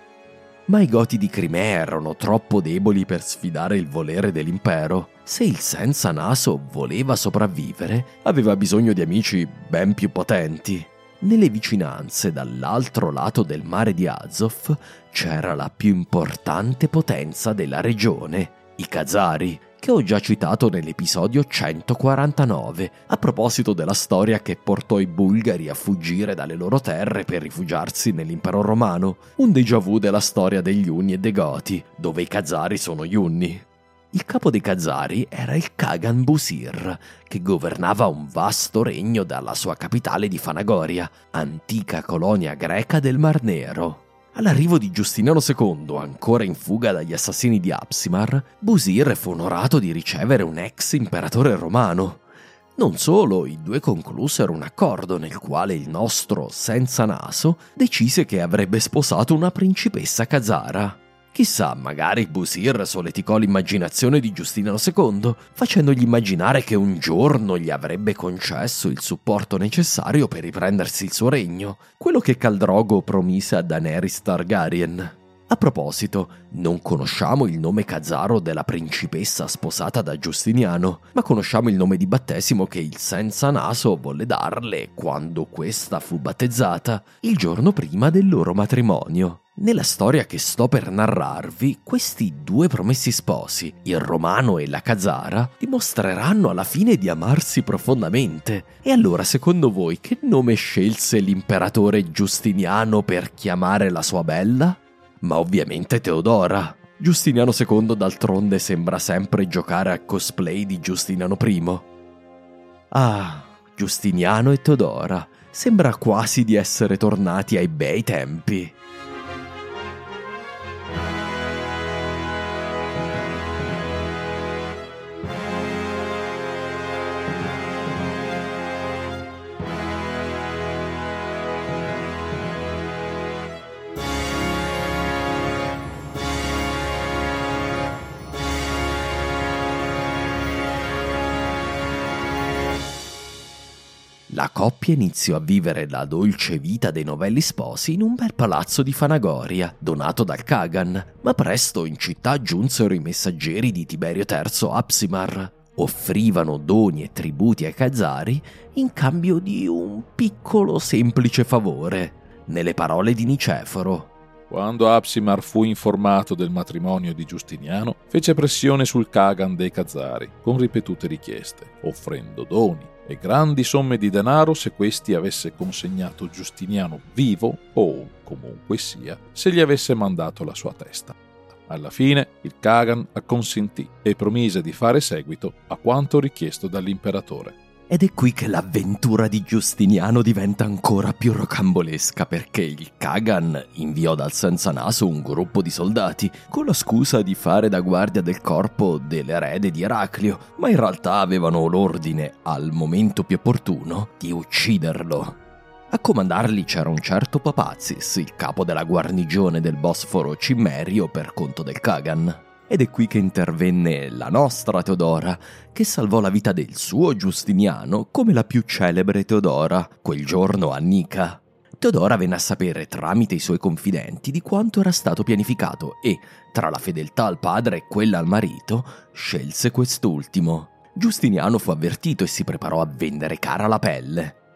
Ma i Goti di Crimea erano troppo deboli per sfidare il volere dell'impero. Se il senza naso voleva sopravvivere, aveva bisogno di amici ben più potenti. Nelle vicinanze, dall'altro lato del mare di Azov, c'era la più importante potenza della regione, i Khazari, che ho già citato nell'episodio centoquarantanove, a proposito della storia che portò i bulgari a fuggire dalle loro terre per rifugiarsi nell'impero romano, un déjà vu della storia degli Unni e dei Goti, dove i Khazari sono gli Unni. Il capo dei Khazari era il Khagan Busir, che governava un vasto regno dalla sua capitale di Fanagoria, antica colonia greca del Mar Nero. All'arrivo di Giustiniano secondo, ancora in fuga dagli assassini di Apsimar, Busir fu onorato di ricevere un ex imperatore romano. Non solo, i due conclusero un accordo nel quale il nostro senza naso decise che avrebbe sposato una principessa khazara. Chissà, magari Busir solleticò l'immaginazione di Giustiniano secondo, facendogli immaginare che un giorno gli avrebbe concesso il supporto necessario per riprendersi il suo regno, quello che Khal Drogo promise a Daenerys Targaryen. A proposito, non conosciamo il nome khazaro della principessa sposata da Giustiniano, ma conosciamo il nome di battesimo che il senza naso volle darle quando questa fu battezzata, il giorno prima del loro matrimonio. Nella storia che sto per narrarvi, questi due promessi sposi, il romano e la khazara, dimostreranno alla fine di amarsi profondamente. E allora, secondo voi, che nome scelse l'imperatore Giustiniano per chiamare la sua bella? Ma ovviamente Teodora. Giustiniano secondo d'altronde sembra sempre giocare a cosplay di Giustiniano primo. Ah, Giustiniano e Teodora. Sembra quasi di essere tornati ai bei tempi. La coppia iniziò a vivere la dolce vita dei novelli sposi in un bel palazzo di Fanagoria, donato dal Khagan, ma presto in città giunsero i messaggeri di Tiberio terzo Apsimar. Offrivano doni e tributi ai Khazari in cambio di un piccolo semplice favore, nelle parole di Niceforo. Quando Apsimar fu informato del matrimonio di Giustiniano, fece pressione sul Khagan dei Khazari con ripetute richieste, offrendo doni e grandi somme di denaro se questi avesse consegnato Giustiniano vivo o, comunque sia, se gli avesse mandato la sua testa. Alla fine il Khagan acconsentì e promise di fare seguito a quanto richiesto dall'imperatore. Ed è qui che l'avventura di Giustiniano diventa ancora più rocambolesca, perché il Khagan inviò dal senza naso un gruppo di soldati con la scusa di fare da guardia del corpo dell'erede di Eraclio, ma in realtà avevano l'ordine, al momento più opportuno, di ucciderlo. A comandarli c'era un certo Papazis, il capo della guarnigione del Bosforo Cimmerio per conto del Khagan. Ed è qui che intervenne la nostra Teodora, che salvò la vita del suo Giustiniano come la più celebre Teodora, quel giorno a Nica. Teodora venne a sapere tramite i suoi confidenti di quanto era stato pianificato e, tra la fedeltà al padre e quella al marito, scelse quest'ultimo. Giustiniano fu avvertito e si preparò a vendere cara la pelle.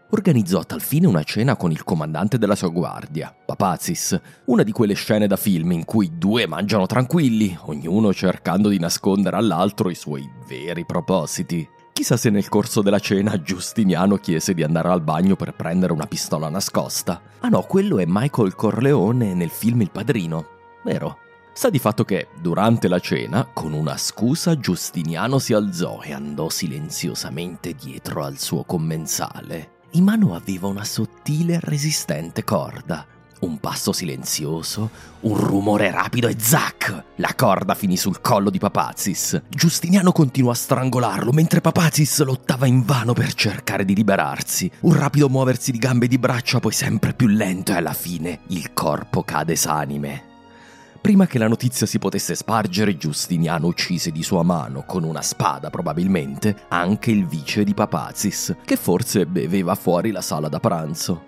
Organizzò a tal fine una cena con il comandante della sua guardia, Papazis, una di quelle scene da film in cui due mangiano tranquilli, ognuno cercando di nascondere all'altro i suoi veri propositi. Chissà se nel corso della cena Giustiniano chiese di andare al bagno per prendere una pistola nascosta. Ah no, quello è Michael Corleone nel film Il Padrino, vero? Sta di fatto che, durante la cena, con una scusa, Giustiniano si alzò e andò silenziosamente dietro al suo commensale. In mano aveva una sottile e resistente corda. Un passo silenzioso, un rumore rapido e zac! La corda finì sul collo di Papazis. Giustiniano continuò a strangolarlo, mentre Papazis lottava invano per cercare di liberarsi. Un rapido muoversi di gambe e di braccia, poi sempre più lento, e alla fine il corpo cade esanime. Prima che la notizia si potesse spargere, Giustiniano uccise di sua mano, con una spada probabilmente, anche il vice di Papazis, che forse beveva fuori la sala da pranzo.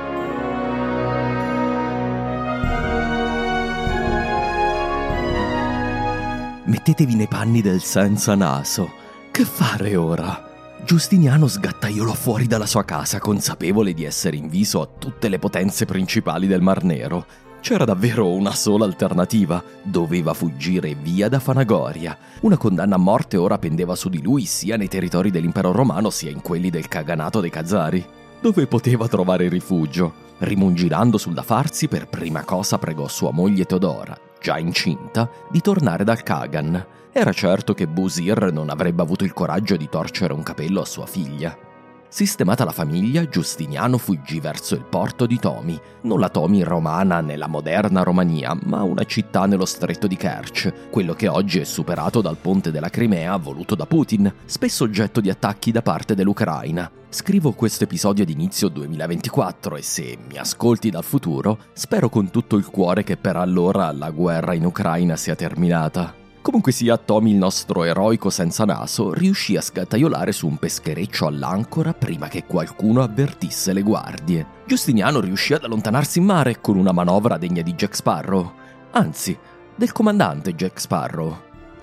Mettetevi nei panni del senza naso. Che fare ora? Giustiniano sgattaiolò fuori dalla sua casa, consapevole di essere inviso a tutte le potenze principali del Mar Nero. C'era davvero una sola alternativa: doveva fuggire via da Fanagoria. Una condanna a morte ora pendeva su di lui, sia nei territori dell'impero romano sia in quelli del Kaganato dei Khazari. Dove poteva trovare rifugio? Rimungilando sul da farsi, per prima cosa pregò sua moglie Teodora, già incinta, di tornare dal Kagan. Era certo che Busir non avrebbe avuto il coraggio di torcere un capello a sua figlia. Sistemata la famiglia, Giustiniano fuggì verso il porto di Tomi, non la Tomi romana nella moderna Romania, ma una città nello stretto di Kerch, quello che oggi è superato dal ponte della Crimea voluto da Putin, spesso oggetto di attacchi da parte dell'Ucraina. Scrivo questo episodio ad inizio duemilaventiquattro e se mi ascolti dal futuro, spero con tutto il cuore che per allora la guerra in Ucraina sia terminata. Comunque sia, Tomi, il nostro eroico senza naso, riuscì a sgattaiolare su un peschereccio all'ancora prima che qualcuno avvertisse le guardie. Giustiniano riuscì ad allontanarsi in mare con una manovra degna di Jack Sparrow, anzi, del comandante Jack Sparrow.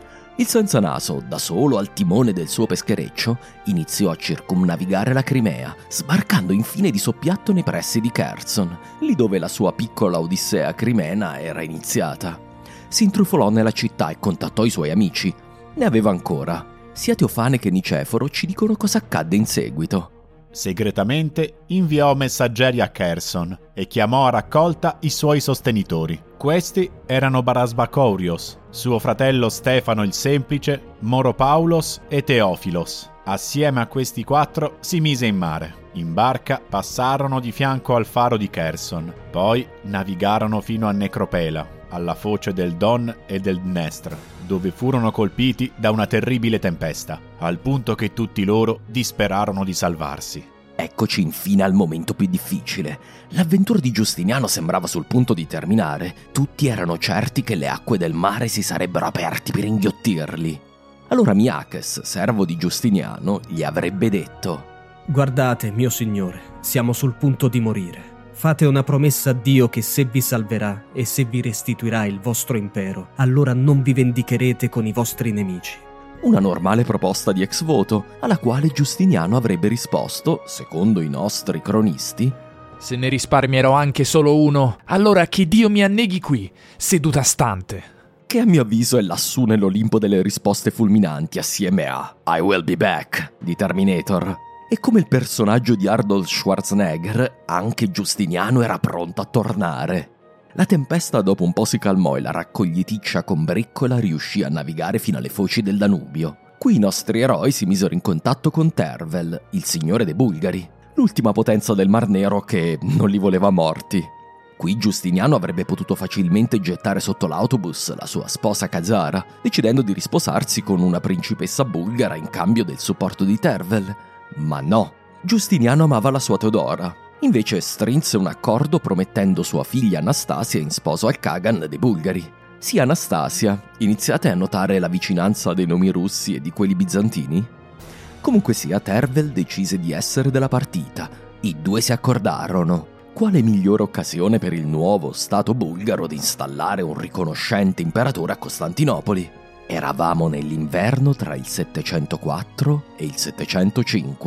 Il senza naso, da solo al timone del suo peschereccio, iniziò a circumnavigare la Crimea, sbarcando infine di soppiatto nei pressi di Kherson, lì dove la sua piccola odissea crimena era iniziata. Si intrufolò nella città e contattò i suoi amici. Ne aveva ancora. Sia Teofane che Niceforo ci dicono cosa accadde in seguito. Segretamente inviò messaggeri a Kherson e chiamò a raccolta i suoi sostenitori. Questi erano Barasbakourios, suo fratello Stefano il Semplice, Moro Paulos e Teofilos. Assieme a questi quattro si mise in mare. In barca passarono di fianco al faro di Kherson, poi navigarono fino a Necropela, alla foce del Don e del Dnestr, dove furono colpiti da una terribile tempesta, al punto che tutti loro disperarono di salvarsi. Eccoci infine al momento più difficile. L'avventura di Giustiniano sembrava sul punto di terminare. Tutti erano certi che le acque del mare si sarebbero aperti per inghiottirli. Allora Miaches, servo di Giustiniano, gli avrebbe detto: «Guardate, mio signore, siamo sul punto di morire. Fate una promessa a Dio che se vi salverà e se vi restituirà il vostro impero, allora non vi vendicherete con i vostri nemici». Una normale proposta di ex voto, alla quale Giustiniano avrebbe risposto, secondo i nostri cronisti: «Se ne risparmierò anche solo uno, allora che Dio mi anneghi qui, seduta stante». Che a mio avviso è lassù nell'Olimpo delle risposte fulminanti assieme a I Will Be Back di Terminator. E come il personaggio di Arnold Schwarzenegger, anche Giustiniano era pronto a tornare. La tempesta dopo un po' si calmò e la raccogliticcia con briccola riuscì a navigare fino alle foci del Danubio. Qui i nostri eroi si misero in contatto con Tervel, il signore dei Bulgari, l'ultima potenza del Mar Nero che non li voleva morti. Qui Giustiniano avrebbe potuto facilmente gettare sotto l'autobus la sua sposa Khazara, decidendo di risposarsi con una principessa bulgara in cambio del supporto di Tervel. Ma no, Giustiniano amava la sua Teodora. Invece strinse un accordo promettendo sua figlia Anastasia in sposo al Kagan dei Bulgari. Sì, Anastasia, iniziate a notare la vicinanza dei nomi russi e di quelli bizantini? Comunque sia, Tervel decise di essere della partita. I due si accordarono. Quale migliore occasione per il nuovo stato bulgaro di installare un riconoscente imperatore a Costantinopoli? Eravamo nell'inverno tra il settecentoquattro e il settecentocinque.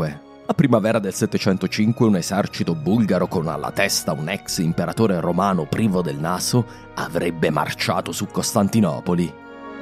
A primavera del settecentocinque un esercito bulgaro con alla testa un ex imperatore romano privo del naso avrebbe marciato su Costantinopoli.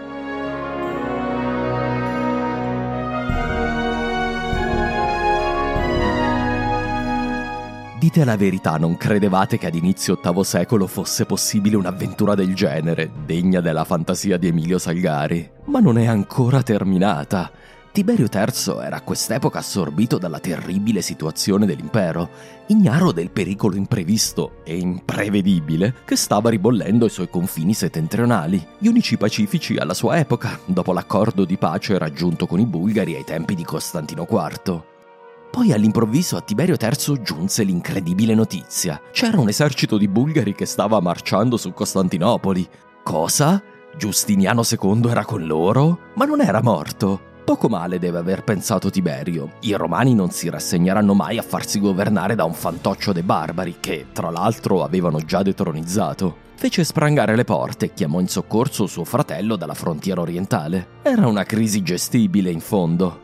Dite la verità, non credevate che ad inizio ottavo secolo fosse possibile un'avventura del genere, degna della fantasia di Emilio Salgari? Ma non è ancora terminata. Tiberio terzo era a quest'epoca assorbito dalla terribile situazione dell'impero, ignaro del pericolo imprevisto e imprevedibile che stava ribollendo ai suoi confini settentrionali, gli unici pacifici alla sua epoca, dopo l'accordo di pace raggiunto con i bulgari ai tempi di Costantino quarto. Poi all'improvviso a Tiberio terzo giunse l'incredibile notizia. C'era un esercito di bulgari che stava marciando su Costantinopoli. Cosa? Giustiniano secondo era con loro? Ma non era morto? Poco male deve aver pensato Tiberio. I romani non si rassegneranno mai a farsi governare da un fantoccio dei barbari che, tra l'altro, avevano già detronizzato. Fece sprangare le porte e chiamò in soccorso suo fratello dalla frontiera orientale. Era una crisi gestibile in fondo.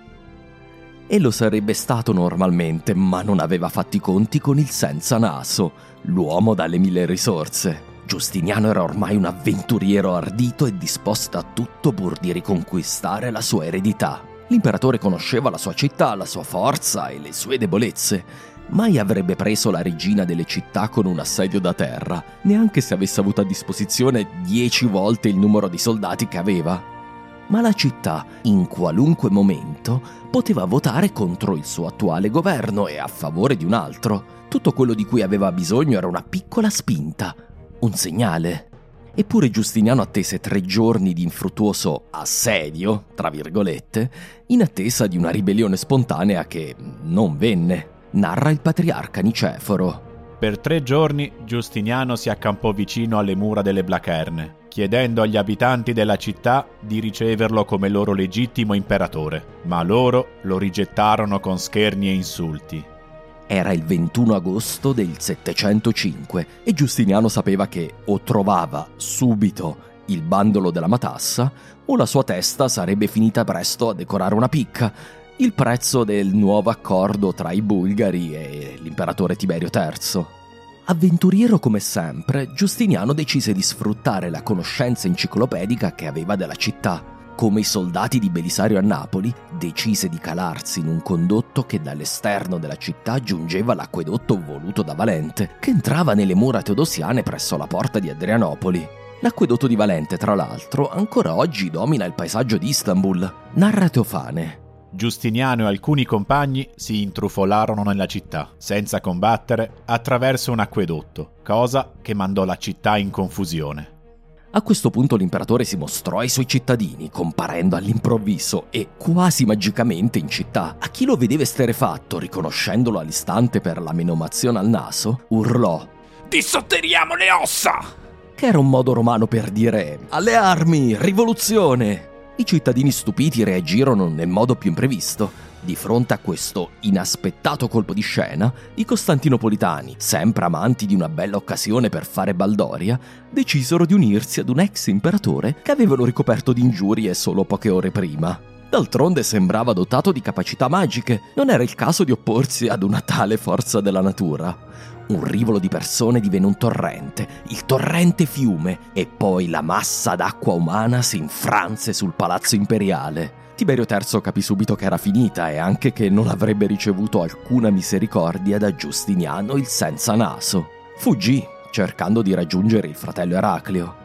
E lo sarebbe stato normalmente, ma non aveva fatto i conti con il senza naso, l'uomo dalle mille risorse. Giustiniano era ormai un avventuriero ardito e disposto a tutto pur di riconquistare la sua eredità. L'imperatore conosceva la sua città, la sua forza e le sue debolezze. Mai avrebbe preso la regina delle città con un assedio da terra, neanche se avesse avuto a disposizione dieci volte il numero di soldati che aveva. Ma la città, in qualunque momento, poteva votare contro il suo attuale governo e a favore di un altro. Tutto quello di cui aveva bisogno era una piccola spinta, un segnale. Eppure Giustiniano attese tre giorni di infruttuoso assedio, tra virgolette, in attesa di una ribellione spontanea che non venne, narra il patriarca Niceforo. Per tre giorni Giustiniano si accampò vicino alle mura delle Blacherne, chiedendo agli abitanti della città di riceverlo come loro legittimo imperatore, ma loro lo rigettarono con scherni e insulti. Era il ventuno agosto del settecentocinque e Giustiniano sapeva che o trovava subito il bandolo della matassa o la sua testa sarebbe finita presto a decorare una picca, il prezzo del nuovo accordo tra i bulgari e l'imperatore Tiberio terzo. Avventuriero come sempre, Giustiniano decise di sfruttare la conoscenza enciclopedica che aveva della città. Come i soldati di Belisario a Napoli, decise di calarsi in un condotto che dall'esterno della città giungeva all'acquedotto voluto da Valente, che entrava nelle mura teodosiane presso la porta di Adrianopoli. L'acquedotto di Valente, tra l'altro, ancora oggi domina il paesaggio di Istanbul. Narra Teofane. Giustiniano e alcuni compagni si intrufolarono nella città, senza combattere, attraverso un acquedotto, cosa che mandò la città in confusione. A questo punto l'imperatore si mostrò ai suoi cittadini, comparendo all'improvviso e quasi magicamente in città. A chi lo vedeva esterrefatto, riconoscendolo all'istante per la menomazione al naso, urlò «Dissotterriamo le ossa!», che era un modo romano per dire «alle armi, rivoluzione!». I cittadini stupiti reagirono nel modo più imprevisto. Di fronte a questo inaspettato colpo di scena, i costantinopolitani, sempre amanti di una bella occasione per fare baldoria, decisero di unirsi ad un ex imperatore che avevano ricoperto di ingiurie solo poche ore prima. D'altronde sembrava dotato di capacità magiche, non era il caso di opporsi ad una tale forza della natura. Un rivolo di persone divenne un torrente, il torrente fiume, e poi la massa d'acqua umana si infranse sul palazzo imperiale. Tiberio terzo capì subito che era finita e anche che non avrebbe ricevuto alcuna misericordia da Giustiniano il senza naso. Fuggì, cercando di raggiungere il fratello Eraclio.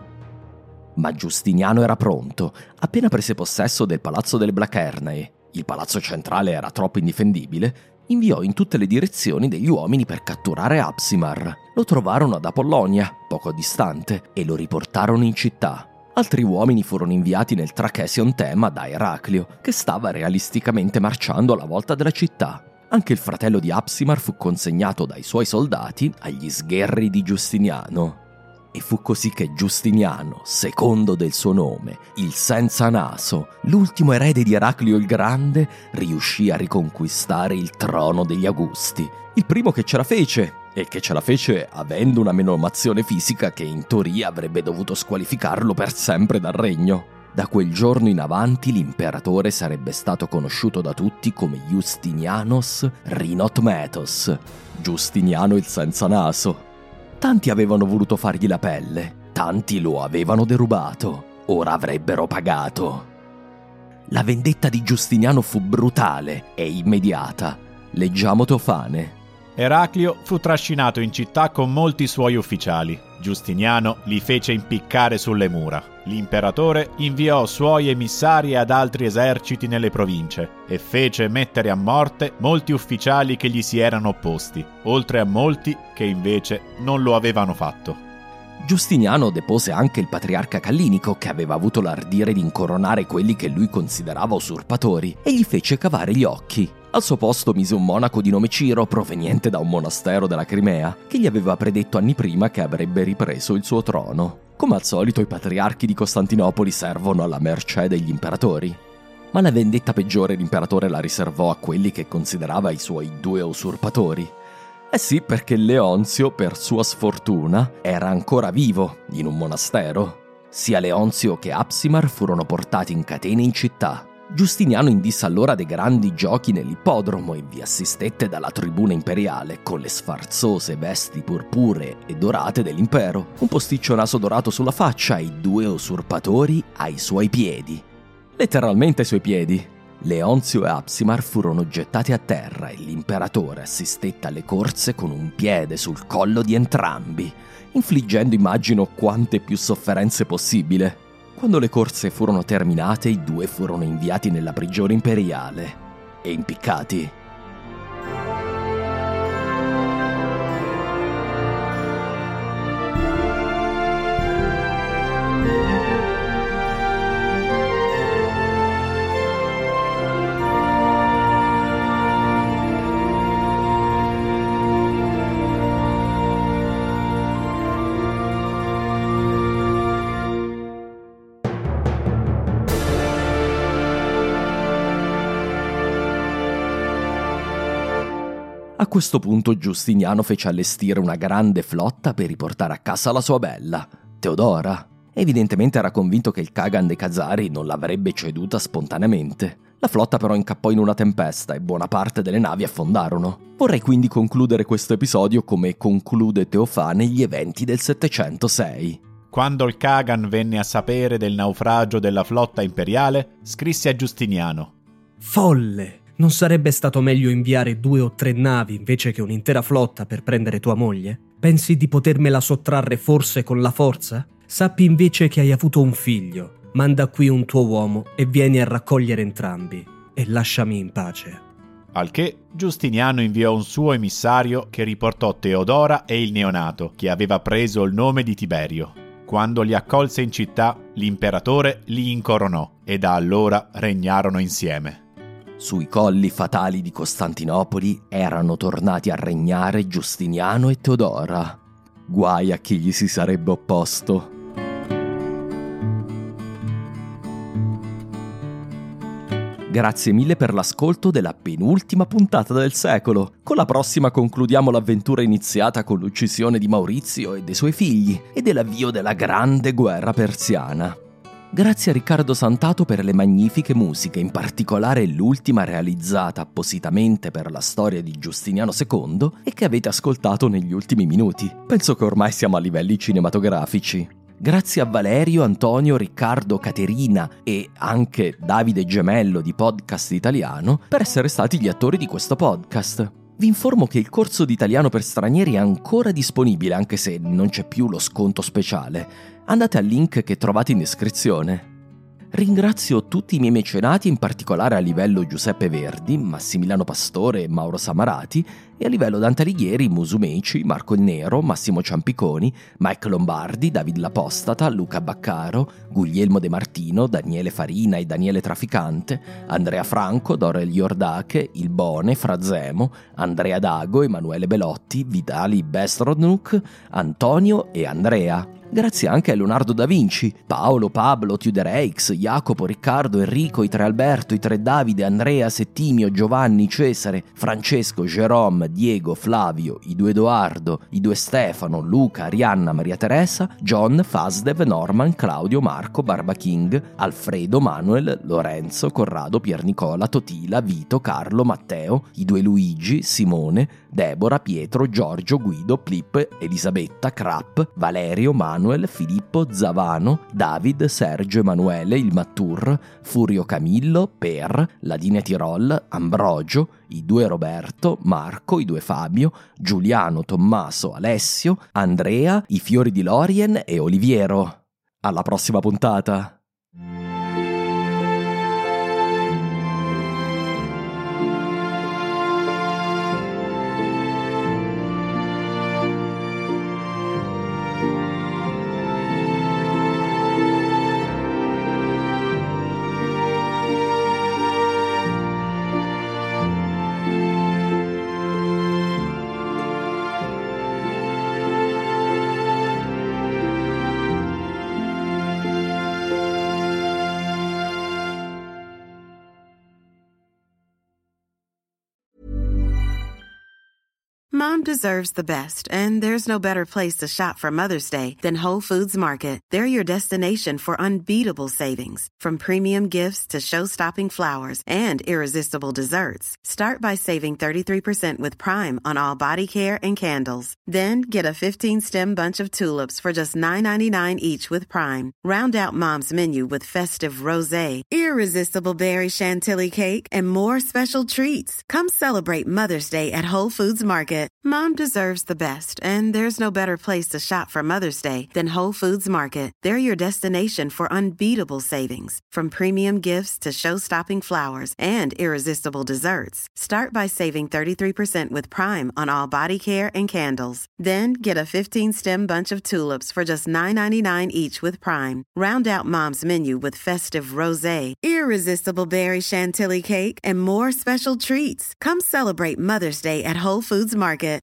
Ma Giustiniano era pronto. Appena prese possesso del palazzo delle Blacherne, il palazzo centrale era troppo indifendibile, inviò in tutte le direzioni degli uomini per catturare Apsimar. Lo trovarono ad Apollonia, poco distante, e lo riportarono in città. Altri uomini furono inviati nel Trachesion Tema da Eraclio, che stava realisticamente marciando alla volta della città. Anche il fratello di Apsimar fu consegnato dai suoi soldati agli sgherri di Giustiniano. E fu così che Giustiniano, secondo del suo nome, il senza naso, l'ultimo erede di Eraclio il Grande, riuscì a riconquistare il trono degli Augusti. Il primo che ce la fece, e che ce la fece avendo una menomazione fisica che in teoria avrebbe dovuto squalificarlo per sempre dal regno. Da quel giorno in avanti l'imperatore sarebbe stato conosciuto da tutti noti come Justinianos Rhinotmetos, Giustiniano il senza naso. Tanti avevano voluto fargli la pelle, tanti lo avevano derubato, ora avrebbero pagato. La vendetta di Giustiniano fu brutale e immediata. Leggiamo Teofane. Eraclio fu trascinato in città con molti suoi ufficiali. Giustiniano li fece impiccare sulle mura. L'imperatore inviò suoi emissari ad altri eserciti nelle province e fece mettere a morte molti ufficiali che gli si erano opposti, oltre a molti che invece non lo avevano fatto. Giustiniano depose anche il patriarca Callinico, che aveva avuto l'ardire di incoronare quelli che lui considerava usurpatori, e gli fece cavare gli occhi. Al suo posto mise un monaco di nome Ciro, proveniente da un monastero della Crimea, che gli aveva predetto anni prima che avrebbe ripreso il suo trono. Come al solito, i patriarchi di Costantinopoli servono alla mercé degli imperatori. Ma la vendetta peggiore l'imperatore la riservò a quelli che considerava i suoi due usurpatori. Eh sì, perché Leonzio, per sua sfortuna, era ancora vivo in un monastero. Sia Leonzio che Apsimar furono portati in catene in città. Giustiniano indisse allora dei grandi giochi nell'ippodromo e vi assistette dalla tribuna imperiale con le sfarzose vesti purpuree e dorate dell'impero, un posticcio naso dorato sulla faccia e i due usurpatori ai suoi piedi. Letteralmente ai suoi piedi. Leonzio e Apsimar furono gettati a terra e l'imperatore assistette alle corse con un piede sul collo di entrambi, infliggendo, immagino, quante più sofferenze possibile. Quando le corse furono terminate, i due furono inviati nella prigione imperiale e impiccati. A questo punto Giustiniano fece allestire una grande flotta per riportare a casa la sua bella, Teodora. Evidentemente era convinto che il Kagan dei Khazari non l'avrebbe ceduta spontaneamente. La flotta però incappò in una tempesta e buona parte delle navi affondarono. Vorrei quindi concludere questo episodio come conclude Teofane gli eventi del settecentosei. Quando il Kagan venne a sapere del naufragio della flotta imperiale, scrisse a Giustiniano: Folle! Non sarebbe stato meglio inviare due o tre navi invece che un'intera flotta per prendere tua moglie? Pensi di potermela sottrarre forse con la forza? Sappi invece che hai avuto un figlio. Manda qui un tuo uomo e vieni a raccogliere entrambi e lasciami in pace. Al che Giustiniano inviò un suo emissario che riportò Teodora e il neonato, che aveva preso il nome di Tiberio. Quando li accolse in città, l'imperatore li incoronò e da allora regnarono insieme. Sui colli fatali di Costantinopoli erano tornati a regnare Giustiniano e Teodora. Guai a chi gli si sarebbe opposto. Grazie mille per l'ascolto della penultima puntata del secolo. Con la prossima concludiamo l'avventura iniziata con l'uccisione di Maurizio e dei suoi figli e dell'avvio della grande guerra persiana. Grazie a Riccardo Santato per le magnifiche musiche, in particolare l'ultima realizzata appositamente per la storia di Giustiniano secondo e che avete ascoltato negli ultimi minuti. Penso che ormai siamo a livelli cinematografici. Grazie a Valerio, Antonio, Riccardo, Caterina e anche Davide Gemello di Podcast Italiano per essere stati gli attori di questo podcast. Vi informo che il corso di italiano per stranieri è ancora disponibile, anche se non c'è più lo sconto speciale. Andate al link che trovate in descrizione. Ringrazio tutti i miei mecenati, in particolare a livello Giuseppe Verdi, Massimiliano Pastore e Mauro Samarati, e a livello Dante Alighieri, Musumeci, Marco il Nero, Massimo Ciampiconi, Mike Lombardi, David L'Apostata, Luca Baccaro, Guglielmo De Martino, Daniele Farina e Daniele Traficante, Andrea Franco, Dorel Iordache, Il Bone, Frazemo, Andrea Dago, Emanuele Belotti, Vitali Bestrodnuk, Antonio e Andrea. grazie anche a Leonardo da Vinci, Paolo, Pablo, Tudoreix, Jacopo, Riccardo, Enrico, i tre Alberto, i tre Davide, Andrea, Settimio, Giovanni, Cesare, Francesco, Jérôme, Diego, Flavio, i due Edoardo, i due Stefano, Luca, Arianna, Maria Teresa, John, Fasdev, Norman, Claudio, Marco, Barba King, Alfredo, Manuel, Lorenzo, Corrado, Piernicola, Totila, Vito, Carlo, Matteo, i due Luigi, Simone, Deborah, Pietro, Giorgio, Guido, Plip, Elisabetta, Krapp, Valerio, Manuel, Filippo, Zavano, David, Sergio, Emanuele, il Mattur, Furio Camillo, Per, Ladine Tirol, Ambrogio, i due Roberto, Marco, i due Fabio, Giuliano, Tommaso, Alessio, Andrea, i fiori di Lorien e Oliviero. Alla prossima puntata! Mom deserves the best, and there's no better place to shop for Mother's Day than Whole Foods Market. They're your destination for unbeatable savings, from premium gifts to show-stopping flowers and irresistible desserts. Start by saving thirty-three percent with Prime on all body care and candles. Then get a fifteen-stem bunch of tulips for just nine ninety-nine each with Prime. Round out Mom's menu with festive rosé, irresistible berry chantilly cake, and more special treats. Come celebrate Mother's Day at Whole Foods Market. Mom deserves the best, and there's no better place to shop for Mother's Day than Whole Foods Market. They're your destination for unbeatable savings, from premium gifts to show-stopping flowers and irresistible desserts. Start by saving thirty-three percent with Prime on all body care and candles. Then get a fifteen-stem bunch of tulips for just nine ninety-nine each with Prime. Round out Mom's menu with festive rosé, irresistible berry chantilly cake, and more special treats. Come celebrate Mother's Day at Whole Foods Market.